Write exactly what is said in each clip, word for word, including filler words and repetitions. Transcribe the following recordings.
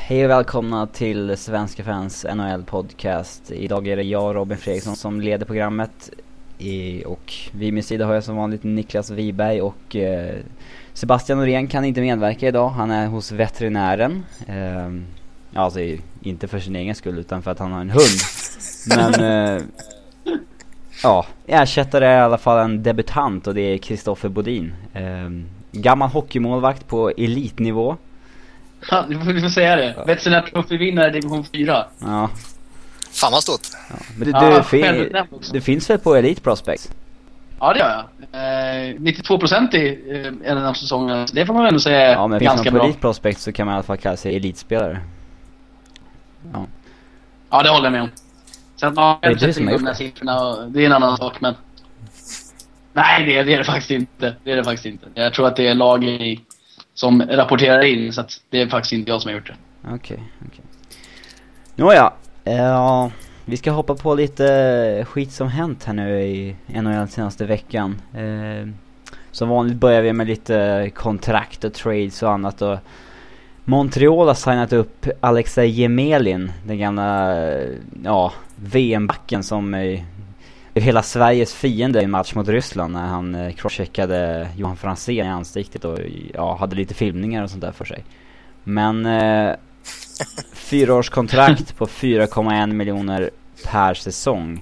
hej och välkomna till Svenska Fans N H L-podcast. Idag är det jag, Robin Fredriksson, som leder programmet. I, och vid min sida har jag som vanligt Niklas Wiberg och eh, Sebastian Norén kan inte medverka idag. Han är hos veterinären. Eh, alltså inte för sin egen skull utan för att han har en hund. Men eh, ja, ersättare är i alla fall en debutant och det är Kristoffer Bodin. Eh, gammal hockeymålvakt på elitnivå. Ja, du får säga det. Ja. Veterinär trofévinnare division fyra. Ja. Fan vad stort. Ja. Men det, ja, det, fin- det finns väl på Elite Prospects? Ja, det gör jag. Eh, nittiotvå procent i eh, en av säsongen. Det får man ändå säga ja, men ganska på bra. Elite Prospects så kan man i alla fall kalla sig elitspelare. Ja. Ja, det håller jag med om. Sen har jag det, sett in de här siffrorna och det är en annan sak, men nej, det, det är det faktiskt inte. Det är det faktiskt inte. Jag tror att det är lag i som rapporterar in, så att det är faktiskt inte jag som har gjort det. Okej, okay, okej. Okay. Nåja, ja, vi ska hoppa på lite skit som hänt här nu i en och en senaste veckan. Eh, som vanligt börjar vi med lite kontrakt och trades och annat. Och Montreal har signat upp Alexei Jemelin, den gamla ja, V M-backen som är hela Sveriges fiende i en match mot Ryssland när han eh, crosscheckade Johan Franzén i ansiktet och ja, hade lite filmningar och sånt där för sig. Men eh, fyraårskontrakt på fyra komma en miljoner per säsong.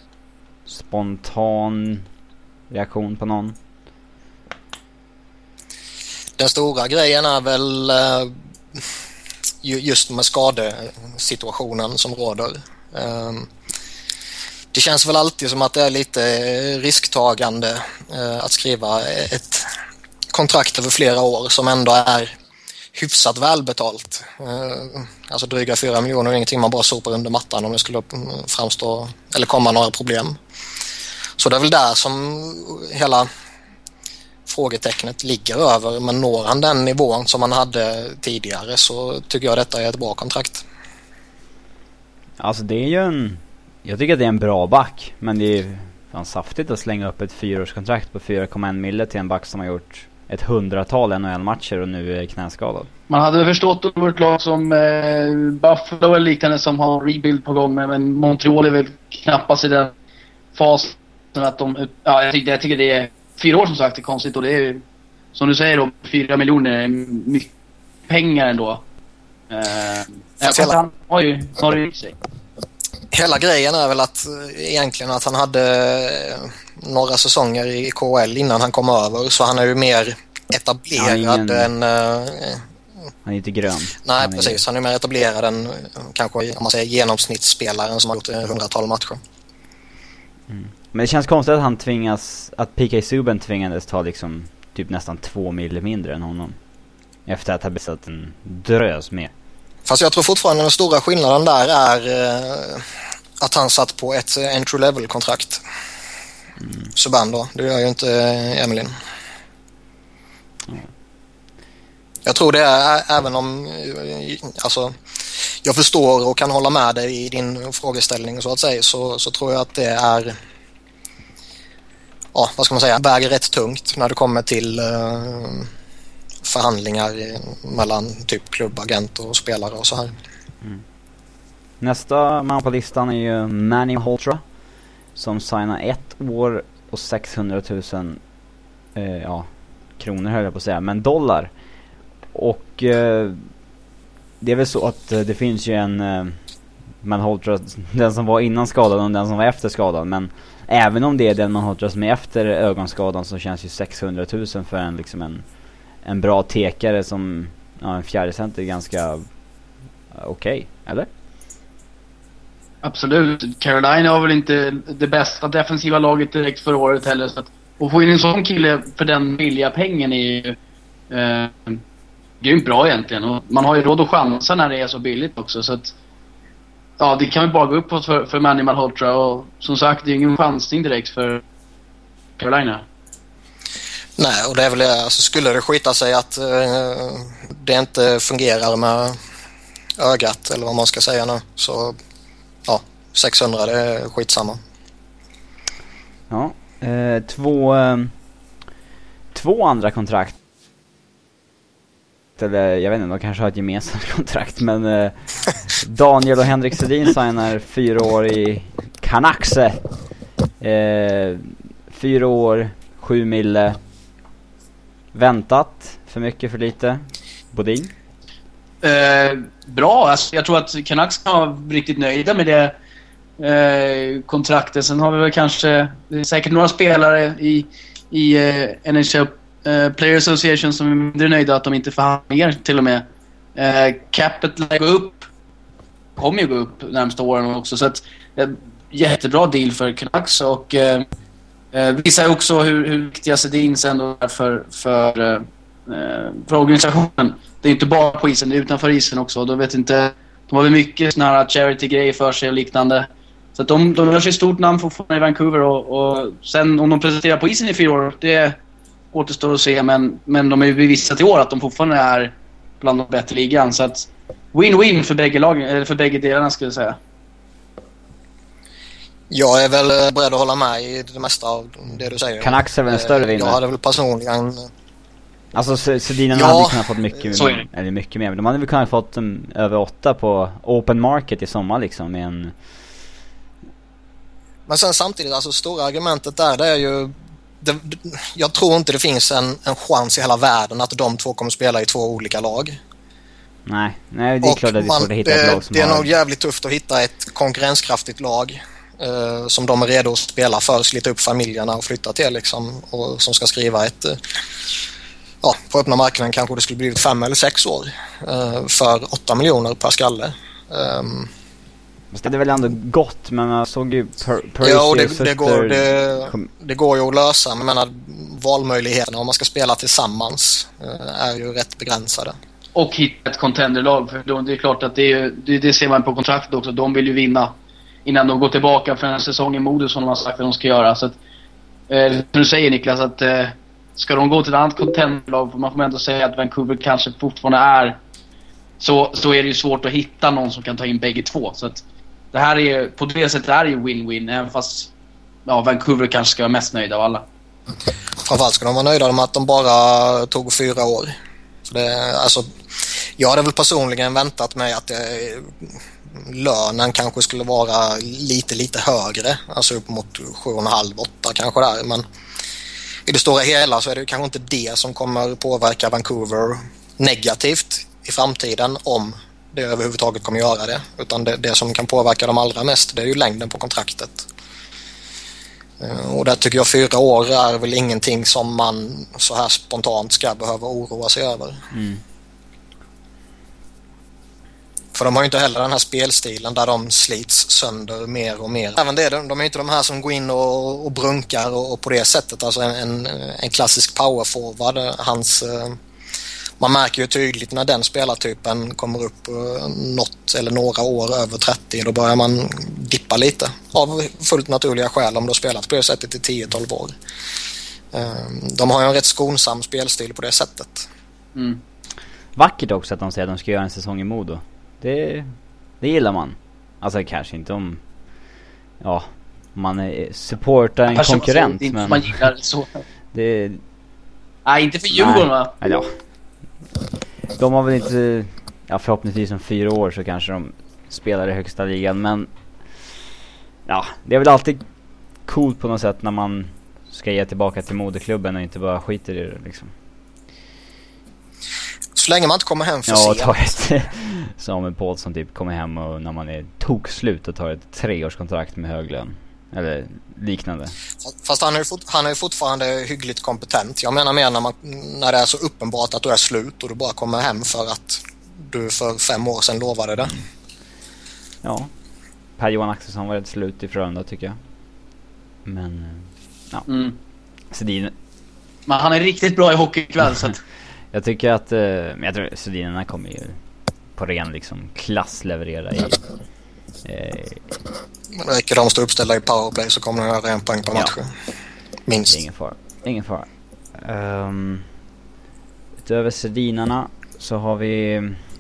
Spontan reaktion på någon? Den stora grejen är väl eh, just med skadesituationen som råder. Um, Det känns väl alltid som att det är lite risktagande eh, att skriva ett kontrakt över flera år som ändå är hyfsat välbetalt. Eh, alltså dryga fyra miljoner är ingenting man bara sopar under mattan om det skulle framstå eller komma några problem. Så det är väl där som hela frågetecknet ligger över, men når han den nivån som man hade tidigare så tycker jag detta är ett bra kontrakt. Alltså det är ju en... Jag tycker att det är en bra back, men det är fan saftigt att slänga upp ett fyraårskontrakt på fyra komma en mille till en back som har gjort ett hundratal N H L-matcher och nu är knäskadad. Man hade förstått att det var ett lag som eh, Buffalo eller liknande som har rebuild på gång, men Montreal är väl knappast i den fasen att de... Ja, jag tycker, jag tycker det är fyra år som sagt är konstigt, och det är som du säger då, fyra miljoner är mycket pengar ändå. Eh, jag hela... Han har ju snarare i sig. Hela grejen är väl att egentligen att han hade några säsonger i K H L innan han kom över, så han är ju mer etablerad ingen... än... Uh, han är inte grön. Nej, han precis. Han är mer etablerad än kanske om man säger genomsnittsspelaren som har gjort hundratal matcher. Mm. Men det känns konstigt att han tvingas, att P K Subban tvingades ta liksom typ nästan två mil mindre än honom. Efter att ha besat en drös med. Fast jag tror fortfarande den stora skillnaden där är eh, att han satt på ett entry-level-kontrakt. Mm. Subban då, det gör ju inte eh, Emelin. Mm. Jag tror det är, även om eh, alltså, jag förstår och kan hålla med dig i din frågeställning så att säga, så, så tror jag att det är, ja, vad ska man säga, väger rätt tungt när det kommer till eh, förhandlingar mellan typ klubbagent och spelare och så här. Mm. Nästa man på listan är ju Manny Holtra som signar ett år och sexhundratusen eh, ja, kronor höll jag på att säga, men dollar. Och eh, det är väl så att eh, det finns ju en eh, Man Holtra, den som var innan skadan och den som var efter skadan, men även om det är den Man Holtra som är efter ögonskadan så känns ju sexhundratusen för en liksom en en bra tekare som ja, en fjärde center är ganska okej, okay, eller? Absolut. Carolina har väl inte det bästa defensiva laget direkt förra året heller, så att och få in en sån kille för den billiga pengen är ju eh, grymt bra egentligen, och man har ju råd att chansa när det är så billigt också, så att ja, det kan vi bara gå upp på för, för Manny Malhotra, och som sagt det är ingen chansning direkt för Carolina. Nej, och det är väl alltså, skulle det skita sig att eh, det inte fungerar med ögat eller vad man ska säga nu, så ja, sexhundra det är skitsamma. Ja, eh, två eh, två andra kontrakt kontrakt, eller jag vet inte, de kanske har ett gemensamt kontrakt, men eh, Daniel och Henrik Sedin signar fyra år i Canucks. Eh, fyra år, sju mille. Väntat, för mycket, för lite. Bodin? Eh, bra, alltså, jag tror att Canucks kan vara riktigt nöjda med det eh, kontraktet. Sen har vi väl kanske, det är säkert några spelare i, i eh, N H L eh, Player Association som är mindre nöjda att de inte förhandlar till och med. Eh, capet lär gå upp, kommer ju gå upp närmsta åren också, så att eh, jättebra deal för Canucks, och eh, eh, visar också hur, hur viktiga Sedin sen är för, för, eh, för organisationen. Det är inte bara på isen, det är utanför isen också. De vet inte, de har väl mycket såna här charity-grejer för sig och liknande. Så att de, de gör sig stort namn fortfarande i Vancouver, och, och sen om de presenterar på isen i fyra år, det återstår att se, men, men de är ju bevisat i år att de fortfarande är bland de bättre ligan, så att win-win för bägge lagen, eller för bägge delarna skulle jag säga. Jag är väl beredd att hålla med i det mesta av det du säger. Canucks är väl en större vinnare? Jag hade väl personligen... Alltså Sedinen ja, hade kunnat fått mycket, eller mycket mer, men de hade väl kunnat fått um, över åtta på open market i sommar liksom, med en... Men sen samtidigt, alltså stora argumentet där, det är ju det, jag tror inte det finns en, en chans i hela världen att de två kommer spela i två olika lag. Nej, nej det är och klart att det är svårt att hitta det, ett lag som det är har... nog jävligt tufft att hitta ett konkurrenskraftigt lag eh, som de är redo att spela för, slita upp familjerna och flytta till liksom, och som ska skriva ett eh, ja, på öppna marknaden kanske det skulle blivit fem eller sex år eh, för åtta miljoner per skalle. Um, det är väl ändå gott, men jag såg ju per, per ja, det, det, går, det, det går ju att lösa, men jag menar, valmöjligheterna om man ska spela tillsammans eh, är ju rätt begränsade. Och hitta ett contenderlag, för då, det är klart att det, är, det, det ser man på kontraktet också, de vill ju vinna innan de går tillbaka för en säsong i modus som de har sagt att de ska göra. Så att, eh, som du säger Niklas, att eh, ska de gå till ett annat contenderlag, man får ändå säga att Vancouver kanske fortfarande är så, så är det ju svårt att hitta någon som kan ta in bägge två. Så att det här är, på det sättet är det ju win-win, även fast ja, Vancouver kanske ska vara mest nöjda av alla. Framförallt ska de vara nöjda med att de bara tog fyra år. Så det, alltså, jag hade väl personligen väntat mig att det, lönen kanske skulle vara lite, lite högre. Alltså upp mot sju och en halv, åtta kanske där. Men i det stora hela så är det kanske inte det som kommer påverka Vancouver negativt i framtiden, om det överhuvudtaget kommer göra det. Utan det, det som kan påverka dem allra mest, det är ju längden på kontraktet. Och där tycker jag fyra år är väl ingenting som man så här spontant ska behöva oroa sig över. Mm. För de har ju inte heller den här spelstilen där de slits sönder mer och mer. Även det, de, de är inte de här som går in och, och brunkar och, och på det sättet. Alltså en, en, en klassisk powerforward. Hans, man märker ju tydligt när den spelartypen kommer upp något eller några år över trettio. Då börjar man dippa lite. Av fullt naturliga skäl om du har spelat på det sättet i tio tolv år. De har ju en rätt skonsam spelstil på det sättet. Mm. Vackert också att de säger att de ska göra en säsong i Modo. Det, det gillar man. Alltså kanske inte om ja, man är, supportar en kanske konkurrent, inte men man gillar så. Det, nej, inte för Djurgården va? Ja. De har väl inte, ja, förhoppningsvis om fyra år så kanske de spelar i högsta ligan, men ja, det är väl alltid coolt på något sätt när man ska ge tillbaka till moderklubben och inte bara skiter i det liksom. Så länge man inte kommer hem för ja, sent. Ja, ta ett Samuel Paulsson typ kommer hem och när man är tokslut och tar ett treårskontrakt med hög lön. Eller liknande. Fast han är, fort, han är fortfarande hyggligt kompetent. Jag menar mer när, man, när det är så uppenbart att du är slut och du bara kommer hem för att du för fem år sedan lovade det. Mm. Ja. Per-Johan Axelsson var ett slut i Frölunda tycker jag. Men ja. Mm. Sedin. Men han är riktigt bra i hockeykväll så att jag tycker att eh, jag tror Sedinerna kommer ju på ren liksom klass leverera i eh, men räcker de stå uppställda i powerplay så kommer de göra en poäng på matchen. Ja. Minst. Ingen fara. Ingen fara. Um, utöver Sedinarna så har vi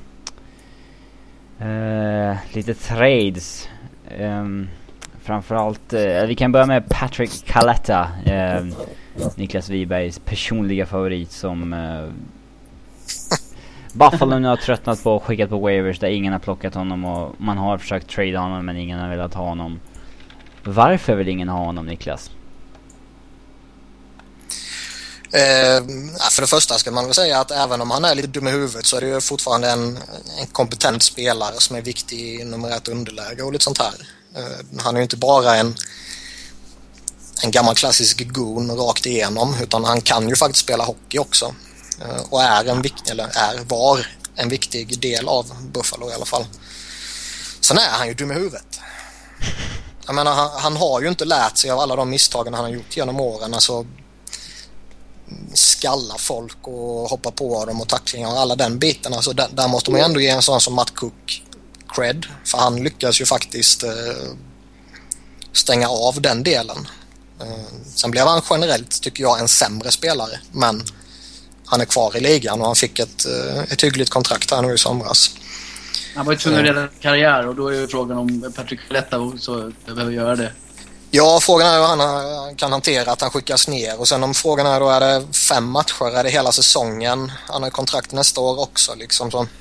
uh, lite trades. Um, framförallt, uh, vi kan börja med Patrick Kaleta. Uh, Niklas Wibergs personliga favorit som uh, Buffalo nu har tröttnat på och skickat på waivers där ingen har plockat honom och man har försökt trade honom men ingen har velat ha honom. Varför vill ingen ha honom, Niklas? Eh, för det första ska man väl säga att även om han är lite dum i huvudet så är det ju fortfarande en, en kompetent spelare som är viktig i nummer ett underläge och lite sånt här. Eh, han är ju inte bara en en gammal klassisk goon rakt igenom, utan han kan ju faktiskt spela hockey också. Eh, och är en viktig, eller är, var en viktig del av Buffalo i alla fall. Sen är han ju dum i huvudet. Jag menar, han, han har ju inte lärt sig av alla de misstagen han har gjort genom åren. Alltså skalla folk och hoppa på dem och tacklingar och alla den biten. Alltså där, där måste man ju ändå ge en sån som Matt Cook cred. För han lyckas ju faktiskt eh, stänga av den delen. Eh, sen blev han generellt, tycker jag, en sämre spelare. Men han är kvar i ligan och han fick ett, eh, ett hyggligt kontrakt här nu i somras. Han var ju tvungen att rädda karriär och då är ju frågan om Patrick Letta så behöver göra det. Ja, frågan är hur han kan hantera att han skickas ner. Och sen om frågan är då, är det fem matcher, är det hela säsongen? Han har kontrakt nästa år också liksom så.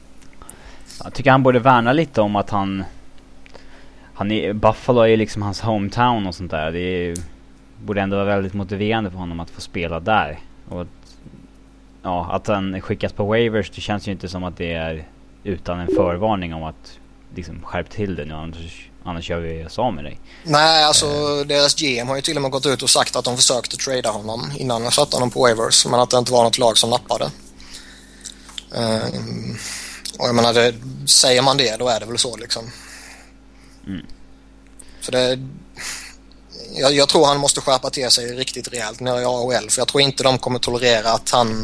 Jag tycker han borde värna lite om att han han är, Buffalo är liksom hans hometown och sånt där. Det är, borde ändå vara väldigt motiverande för honom att få spela där. Och att, ja, att han skickas på waivers, det känns ju inte som att det är utan en förvarning om att liksom skärp till det nu, annars, annars gör vi oss av med dig. Nej, alltså eh. deras G M har ju till och med gått ut och sagt att de försökte trada honom innan de satte honom på waivers, men att det inte var något lag som nappade. Eh, och jag menar, det, säger man det, då är det väl så liksom. Mm. Så det, jag, jag tror han måste skärpa till sig riktigt rejält nere i A H L, för jag tror inte de kommer tolerera att han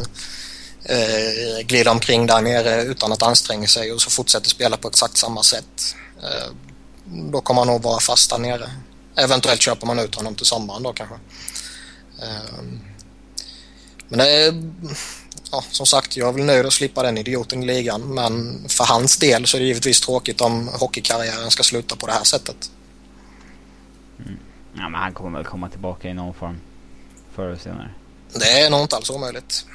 eh, glider omkring där nere utan att anstränga sig och så fortsätter spela på exakt samma sätt. Eh, då kommer han nog vara fast där nere. Eventuellt köper man ut honom till sommaren då kanske. Eh, men det är, ja, som sagt, jag är väl nöjd att slippa den idioten i ligan, men för hans del så är det givetvis tråkigt om hockeykarriären ska sluta på det här sättet. Mm. Ja, men han kommer väl komma tillbaka i någon form förr och senare. Det är nog inte alls omöjligt.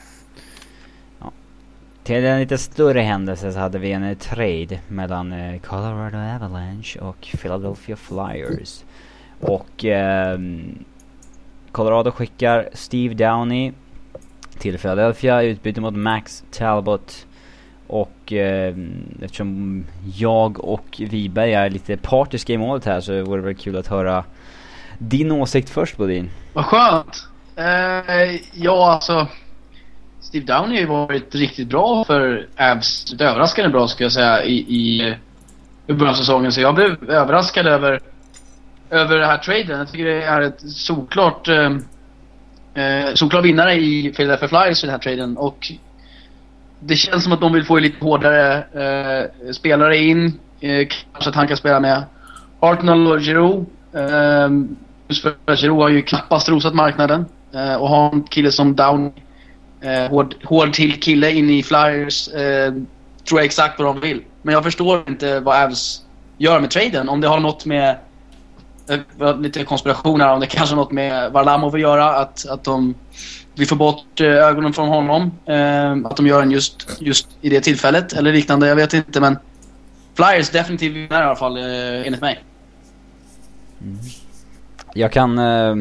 Ja. Till en lite större händelse så hade vi en trade mellan eh, Colorado Avalanche och Philadelphia Flyers. Och eh, Colorado skickar Steve Downey till Philadelphia, utbyte mot Max Talbot. Och eh, eftersom jag och Wiberg är lite partiska i målet här så vore det väl kul att höra din åsikt först, Bodin. Vad skönt! Eh, ja, alltså Steve Downey har ju varit riktigt bra för Avs. Överraskande bra, ska jag säga, i, i, i början av säsongen. Så jag blev överraskad över över den här traden. Jag tycker det är ett såklart eh, eh, såklart vinnare i Philadelphia Flyers i den här traden. Och det känns som att de vill få lite hårdare eh, spelare in. Eh, kanske att han kan spela med Hartnell och Giroux. Eh, just för att Giroux har ju knappast rosat marknaden. Eh, och ha en kille som Down, eh, hård, hård till kille in i Flyers, eh, tror jag exakt vad de vill. Men jag förstår inte vad Avs gör med traden. Om det har något med eh, lite konspirationer, om det kanske har något med Varlamov att göra. Att, att de vi får bort ögonen från honom, eh, att de gör den just, just i det tillfället eller liknande, jag vet inte, men Flyers definitivt vinner i alla fall, eh, enligt mig. Mm. Jag kan eh,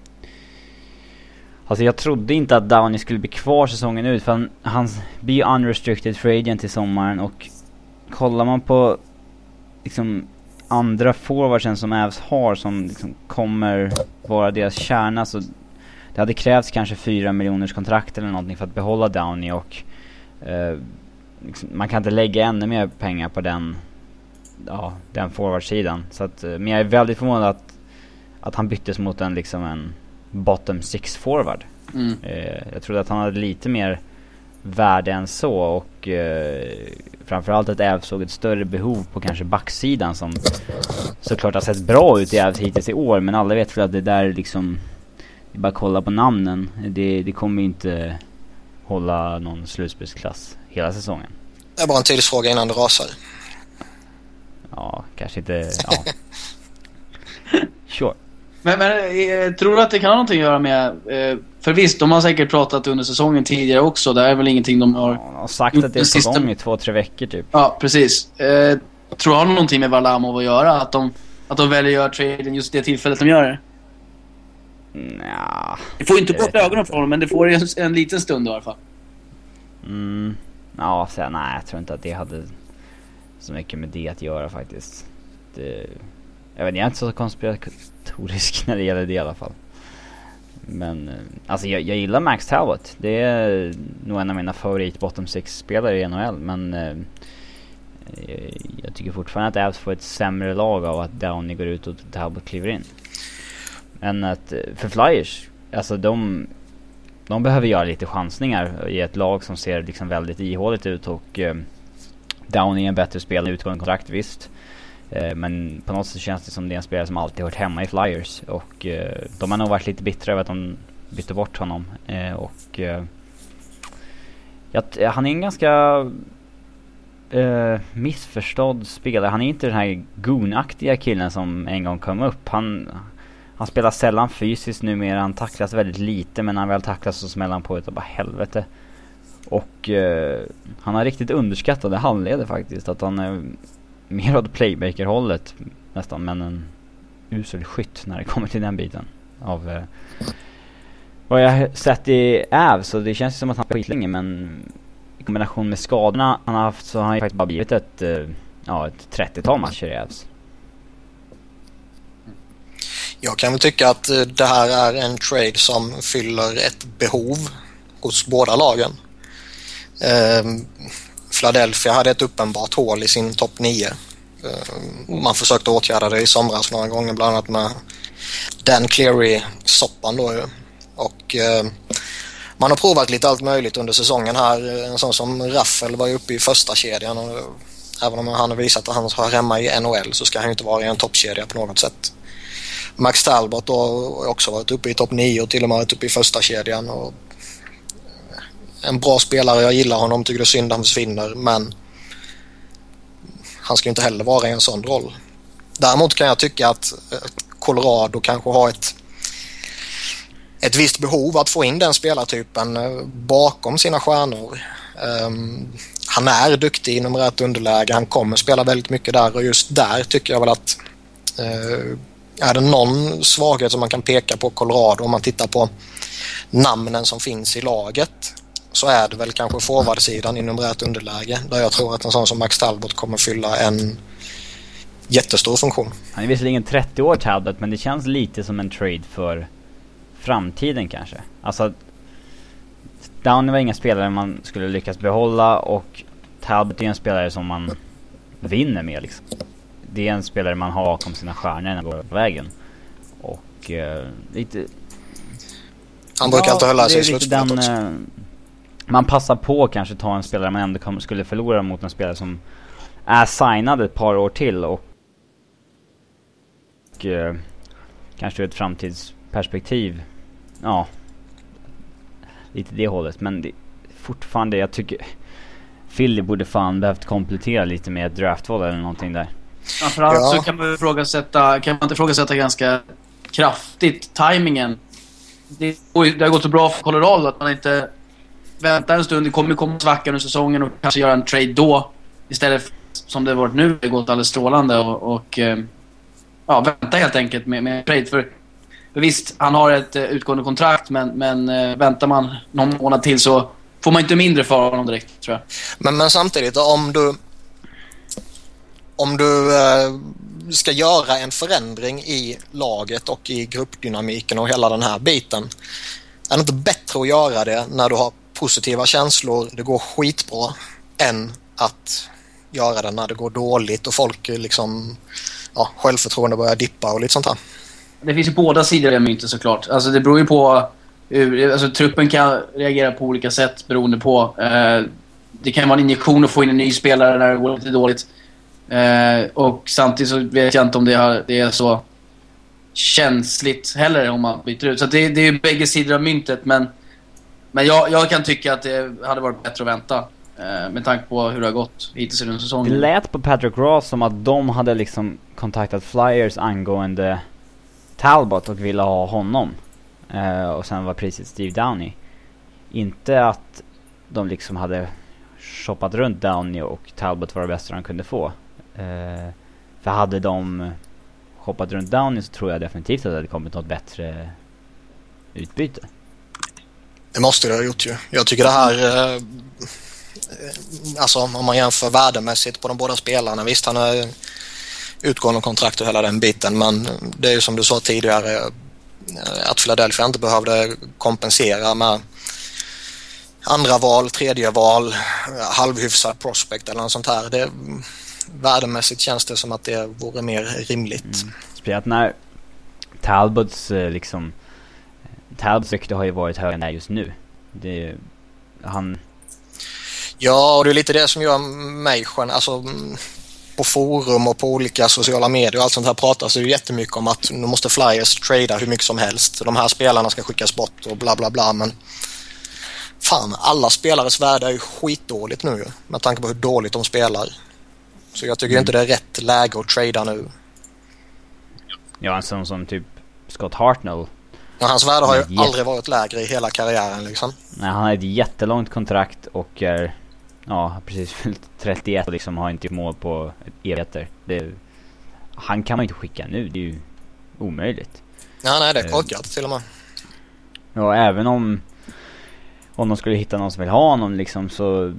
alltså jag trodde inte att Downey skulle bli kvar säsongen ut, för han, han blir ju unrestricted free agent till sommaren, och kollar man på liksom andra forwardsen som Avs har som liksom kommer vara deras kärna, så det hade krävts kanske fyra miljoners kontrakt eller någonting för att behålla Downey, och eh, liksom, man kan inte lägga ännu mer pengar på den ja, den forwardsidan. Så att, men jag är väldigt förvånad att att han byttes mot en liksom en bottom six forward. Mm. Eh, jag trodde att han hade lite mer värde än så, och eh, framförallt att Avs såg ett större behov på kanske backsidan, som såklart har sett bra ut i Avs hittills i år, men alla vet väl att det där liksom, bara kolla på namnen, det, det kommer inte hålla någon slutspelsklass hela säsongen. Det är bara en tidsfråga innan det rasar. Ja, kanske inte, ja. Sure. Men, men eh, tror du att det kan ha någonting att göra med... Eh, för visst, de har säkert pratat under säsongen tidigare också. Det är väl ingenting de har... Ja, de har sagt att det är på sista... gång i två, tre veckor typ. Ja, precis. Eh, tror du har någonting med Varlamov att göra? Att de, att de väljer att göra traden just det tillfället de gör det? Nja... Det får inte bort ögonen från dem, men det får en, en liten stund i alla fall. Mm... Ja, så, nej, jag tror inte att det hade så mycket med det att göra faktiskt. Det, jag vet, jag är inte så konspiratorisk när det gäller det i alla fall. Men alltså jag, jag gillar Max Talbot. Det är nog en av mina favorit bottom six spelare i N H L, men eh, jag tycker fortfarande att Avs får ett sämre lag av att Downey går ut och Talbot kliver in. Men att för Flyers, alltså de de behöver göra lite chansningar i ett lag som ser liksom väldigt ihåligt ut, och eh, Downey är en bättre spelare utgående kontrakt, visst. Eh, men på något sätt känns det som det är en spelare som alltid hört hemma i Flyers, och eh, de har nog varit lite bittra över att de bytte bort honom. Eh, och eh, jag, han är en ganska eh, missförstådd spelare. Han är inte den här goonaktiga killen som en gång kom upp. Han Han spelar sällan fysiskt numera. Han tacklas väldigt lite, men när han väl tacklas så smäller han på ett och bara helvete. Och eh, han har riktigt underskattade handleder faktiskt. Att han är mer åt playmaker-hållet nästan, men en usel skytt när det kommer till den biten. Av eh, vad jag har sett i Avs, så det känns som att han har skitlänge, men i kombination med skadorna han har haft så har han ju faktiskt bara blivit ett, eh, ja, ett trettiotal matcher i Avs. Jag kan väl tycka att det här är en trade som fyller ett behov hos båda lagen. Eh, Philadelphia hade ett uppenbart hål i sin topp nio. Eh, man försökte åtgärda det i somras några gånger, bland annat med Dan Cleary-soppan då ju. Och eh, man har provat lite allt möjligt under säsongen här. En sån som Raffel var ju uppe i första kedjan, och även om han har visat att han har hemma i N H L så ska han inte vara i en toppkedja på något sätt. Max Talbot då har också varit uppe i topp nio och till och med varit uppe i första kedjan, och en bra spelare, jag gillar honom, tycker det är synd han försvinner, men han ska inte heller vara i en sån roll. Däremot kan jag tycka att Colorado kanske har ett ett visst behov att få in den spelartypen bakom sina stjärnor. Um, han är duktig inom rätt underläge, han kommer spela väldigt mycket där, och just där tycker jag väl att uh, är det någon svaghet som man kan peka på Colorado om man tittar på namnen som finns i laget, så är det väl kanske forwardsidan inom rätt underläge, där jag tror att en sån som Max Talbot kommer fylla en jättestor funktion. Han är visserligen trettio år Talbot, men det känns lite som en trade för framtiden kanske. Alltså Downey var ingen spelare man skulle lyckas behålla, och Talbot är en spelare som man vinner med liksom. Det är en spelare man har bakom sina stjärnor när går på vägen. Och eh, lite... Han brukar ja, alltid hålla sig i slutspelet också. Eh, man passar på kanske ta en spelare man ändå kom, skulle förlora mot en spelare som är signad ett par år till, och, och eh, kanske ett framtidsperspektiv. Ja, lite det hållet. Men det, fortfarande, jag tycker Philly borde fan behövt komplettera lite med ett draftval eller någonting där. Framförallt ja. Så kan man ifrågasätta, kan man inte ifrågasätta ganska kraftigt timingen. Det, det har gått så bra för Colorado att man inte väntar en stund. Det kommer komma svacka under säsongen och kanske göra en trade då, istället för som det har varit nu. Det har gått alldeles strålande, och, och ja, vänta helt enkelt med, med trade. För, för visst, han har ett uh, utgående kontrakt, men, men uh, väntar man någon månad till så får man inte mindre för honom direkt, tror jag. Men, men samtidigt, om du om du uh, ska göra en förändring i laget och i gruppdynamiken och hela den här biten, är det inte bättre att göra det när du har positiva känslor, det går skitbra, än att göra det när det går dåligt och folk liksom, ja, självförtroende börjar dippa och lite sånt här? Det finns ju båda sidor av myntet såklart. Alltså det beror ju på hur, alltså truppen kan reagera på olika sätt beroende på. Eh, det kan vara en injektion att få in en ny spelare när det går lite dåligt. Eh, och samtidigt så vet jag inte om det, har, det är så känsligt heller om man byter ut. Så det, det är ju bägge sidor av myntet, men, men jag, jag kan tycka att det hade varit bättre att vänta eh, med tanke på hur det har gått hittills i den säsongen. Det lät på Patrick Ross som att de hade liksom kontaktat Flyers angående Talbot och ville ha honom. Uh, och sen var priset Steve Downey. Inte att de liksom hade shoppat runt Downey och Talbot var det bästa de kunde få. Uh, för hade de shoppat runt Downey så tror jag definitivt att det hade kommit något bättre utbyte. Det måste det ha gjort ju. Jag tycker det här eh, alltså om man jämför värdemässigt på de båda spelarna, visst han har utgående kontrakt och hela den biten, men det är ju som du sa tidigare att Philadelphia inte behövde kompensera med andra val, tredje val, halvhyfsad prospect eller något sånt här. Det, värdemässigt känns det som att det vore mer rimligt. Mm. Spelat när Talbots liksom Talbots rykte har ju varit högre än det just nu. Det, han... Ja, och det är lite det som gör mig skön. Alltså på forum och på olika sociala medier och allt sånt här pratas det ju jättemycket om att nu måste Flyers trada hur mycket som helst. De här spelarna ska skickas bort och bla bla bla, men fan, alla spelares värde är ju skitdåligt nu med tanke på hur dåligt de spelar. Så jag tycker mm. inte det är rätt läge att trada nu. Ja, en sån som typ Scott Hartnell. Ja, hans värde har ju jätt... aldrig varit lägre i hela karriären liksom. Nej, han har ett jättelångt kontrakt och är ja, precis fyllt trettioett och liksom har inte gjort mål på evigheter. Det, han kan man inte skicka nu, det är ju omöjligt. Ja, nej, det är korkat till och med. Ja, även om om de skulle hitta någon som vill ha honom liksom, så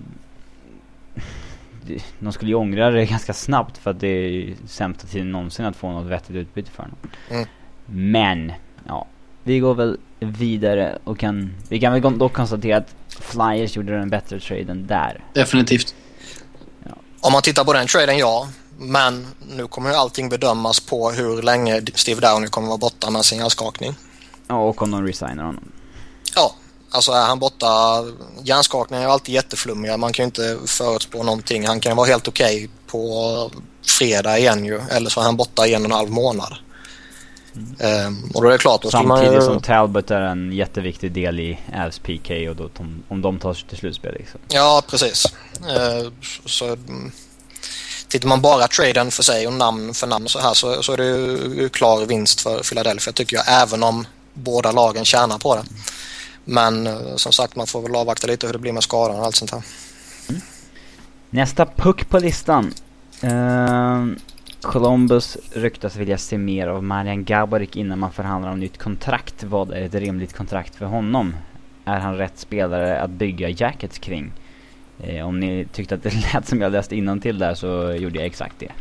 de skulle ju ångra det ganska snabbt, för att det är sämsta tiden någonsin att få något vettigt utbyte för honom. Mm. Men ja, vi går väl vidare och kan vi kan väl dock konstatera att Flyers gjorde en bättre trade än där. Definitivt. Ja. Om man tittar på den traden, ja. Men nu kommer ju allting bedömas på hur länge Steve Downey kommer vara borta med sin hjärnskakning. Ja, och om de resignar honom. Ja, alltså är han borta, hjärnskakningen är ju alltid jätteflummiga. Man kan ju inte förutspå någonting. Han kan vara helt okej okay på fredag igen ju. Eller så är han borta i en och en halv månad. Mm. Um, och då är det klart, då samtidigt man, som Talbot är en jätteviktig del i Avs P K och då, om, om de tar sig till slutspel liksom. Ja, precis. Uh, så tittar man bara traden för sig och namn för namn så här, så, så är det ju klar vinst för Philadelphia tycker jag, även om båda lagen tjänar på det. Men uh, som sagt, man får väl avvakta lite hur det blir med skadan och allt sånt här. Mm. Nästa puck på listan. Uh... Columbus ryktas vilja se mer av Marian Gaborik innan man förhandlar om nytt kontrakt. Vad är ett rimligt kontrakt för honom? Är han rätt spelare att bygga Jackets kring? Eh, om ni tyckte att det lät som jag läste innantill där, så gjorde jag exakt det.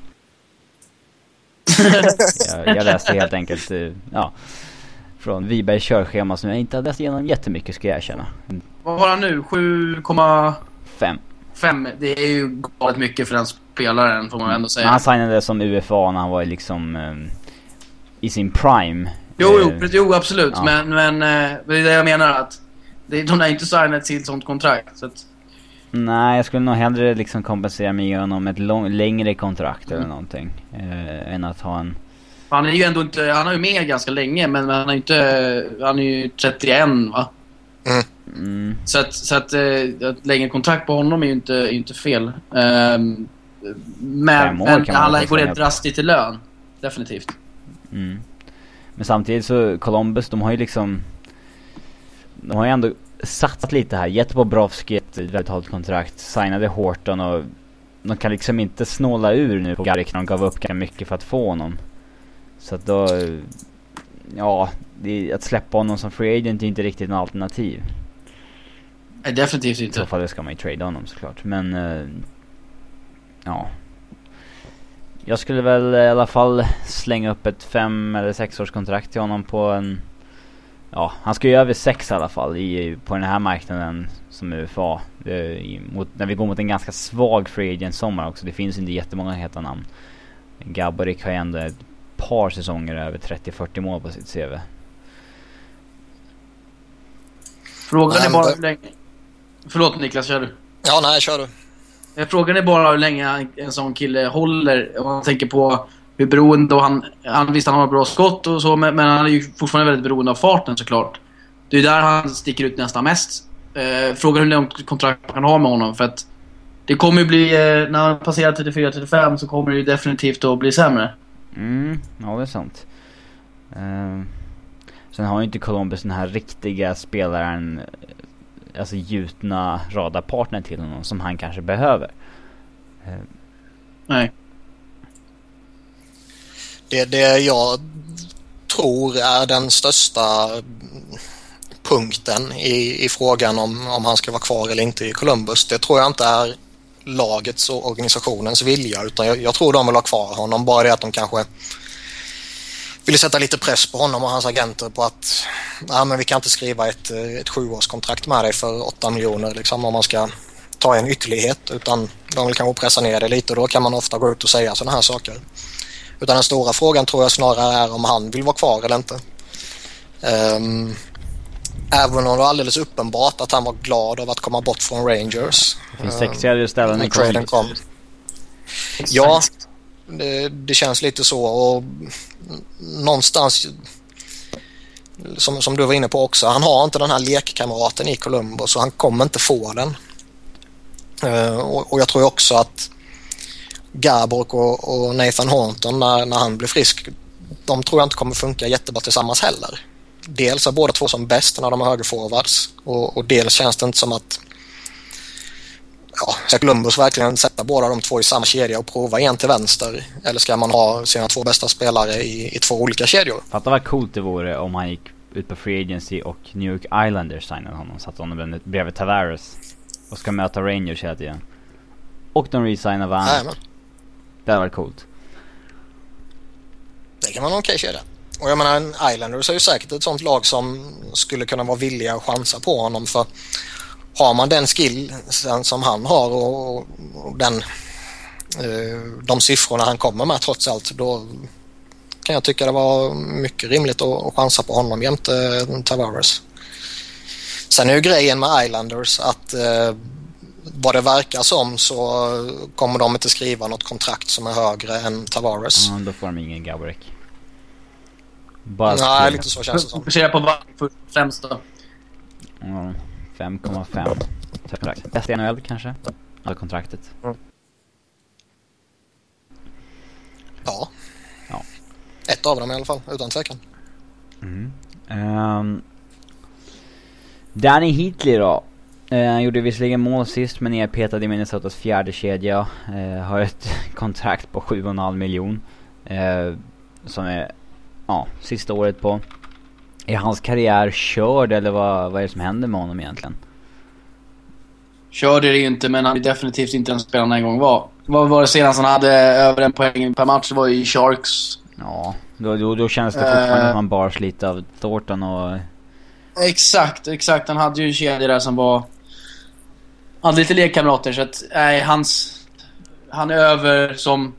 jag, jag läste helt enkelt eh, ja, från Vibergs körschema som jag inte har läst igenom jättemycket, ska jag erkänna. Vad har han nu? sju komma fem. fem, det är ju galet mycket för den spelaren, får man ändå säga. Han signade som U F A när han var liksom um, i sin prime. Jo, jo, jo absolut. Ja. Men, men det är det jag menar, att det, de har inte signat till ett sånt kontrakt. Så att... Nej, jag skulle nog hellre liksom kompensera mig genom ett lång, längre kontrakt mm. eller någonting. Eh, än att ha en... Han är ju ändå inte, han har ju med ganska länge, men han är inte, han är ju trettioen, va? Mm. Mm. Så att, så att ett längre kontrakt på honom är ju inte, är inte fel. Um, men men alla går rätt drastiskt i lön. Definitivt. Mm. Men samtidigt så Columbus, de har ju liksom de har ju ändå satsat lite här. Gett på Brovski ett väldigt hållt kontrakt, signade Horton, och de kan liksom inte snåla ur nu på Garik när de gav upp ganska mycket för att få honom. Så att då, ja, det, att släppa honom som free agent är inte riktigt en alternativ. Nej, definitivt inte. I så fall ska man ju trade honom såklart. Men uh, ja, jag skulle väl i alla fall slänga upp ett fem eller sex års kontrakt till honom på en, ja, han ska ju över sex i alla fall i, på den här marknaden som U F A. Det, mot, när vi går mot en ganska svag free agent sommar också. Det finns inte jättemånga heta namn. Gaborik har ju ändå ett par säsonger över trettio till fyrtio mål på sitt C V. Frågan är bara hur länge... Förlåt Niklas, kör du? Ja, nej, kör du. Frågan är bara hur länge en sån kille håller. Om man tänker på hur beroende, och han, han visst han har bra skott och så, men, men han är ju fortfarande väldigt beroende av farten såklart. Det är där han sticker ut nästan mest. Eh, frågan hur långt kontrakt man kan ha med honom, för att det kommer ju bli, eh, när han passerar trettiofyra trettiofem så kommer det ju definitivt att bli sämre. Mm, ja, det är sant. Uh, sen har ju inte Columbus den här riktiga spelaren, alltså gjutna radarpartner till honom som han kanske behöver. Uh. Nej. Det, det jag tror är den största punkten i, i frågan om, om han ska vara kvar eller inte i Columbus, det tror jag inte är lagets och organisationens vilja, utan jag, jag tror de vill ha kvar honom, bara det att de kanske vill sätta lite press på honom och hans agenter på att ja, men vi kan inte skriva ett, ett sjuårskontrakt med dig för åtta miljoner liksom, om man ska ta en ytterlighet, utan de vill kanske pressa ner det lite, och då kan man ofta gå ut och säga sådana här saker. Utan den stora frågan tror jag snarare är om han vill vara kvar eller inte. Um, även om det var alldeles uppenbart att han var glad av att komma bort från Rangers. Det finns sexigare ställen i traden kom. Ja, det, det känns lite så, och någonstans som, som du var inne på också, han har inte den här lekkamraten i Columbus, så han kommer inte få den. Uh, och, och jag tror också att Garborg och, och Nathan Horton när, när han blir frisk, de tror jag inte kommer funka jättebra tillsammans heller. Dels är båda två som bäst när de är högerforwards, och, och dels känns det inte som att ja, ska Columbus verkligen sätta båda de två i samma kedja och prova en till vänster, eller ska man ha sina två bästa spelare i, i två olika kedjor? Fatta vad coolt det vore om han gick ut på Free Agency och New York Islanders signade honom, satt honom bredvid Tavares och ska möta Rangers hela tiden. Och de resignar varandra. Det hade varit coolt. Det kan man okej kedja. Och jag menar, Islanders är ju säkert ett sånt lag som skulle kunna vara villiga att chansa på honom, för har man den skill som han har och, och den, de siffrorna han kommer med trots allt, då kan jag tycka det var mycket rimligt att, att chansa på honom jämte Tavares. Sen är ju grejen med Islanders att eh, vad det verkar som så kommer de inte skriva något kontrakt som är högre än Tavares. Ja, då får de ingen Gaborik. Bara nej, lite så känns det som. Fokusera på vad för främst då. Ja, fem komma fem kontrakt. Bästa i N H L kanske? Eller kontraktet. Mm. Ja. Ja. Ett av dem i alla fall, utan tvekan. Mm. Um, Danny Heatley då. Uh, han gjorde visserligen mål sist, men är petad i Minnesotas fjärde kedja. Uh, har ett kontrakt på sju komma fem miljon. Uh, som är ja, sista året på. Är hans karriär körd, eller vad, vad är det som händer med honom egentligen? Körde det ju inte, men han är definitivt inte den spelaren en gång var. Vad var det senast han hade över en poäng per match? Det var ju Sharks. Ja, då, då, då känns det fortfarande uh, att man bars lite av Thornton och... Exakt, exakt. Han hade ju en kedja där som var... Han hade lite lekkamrater, så att nej, hans... Han är över som...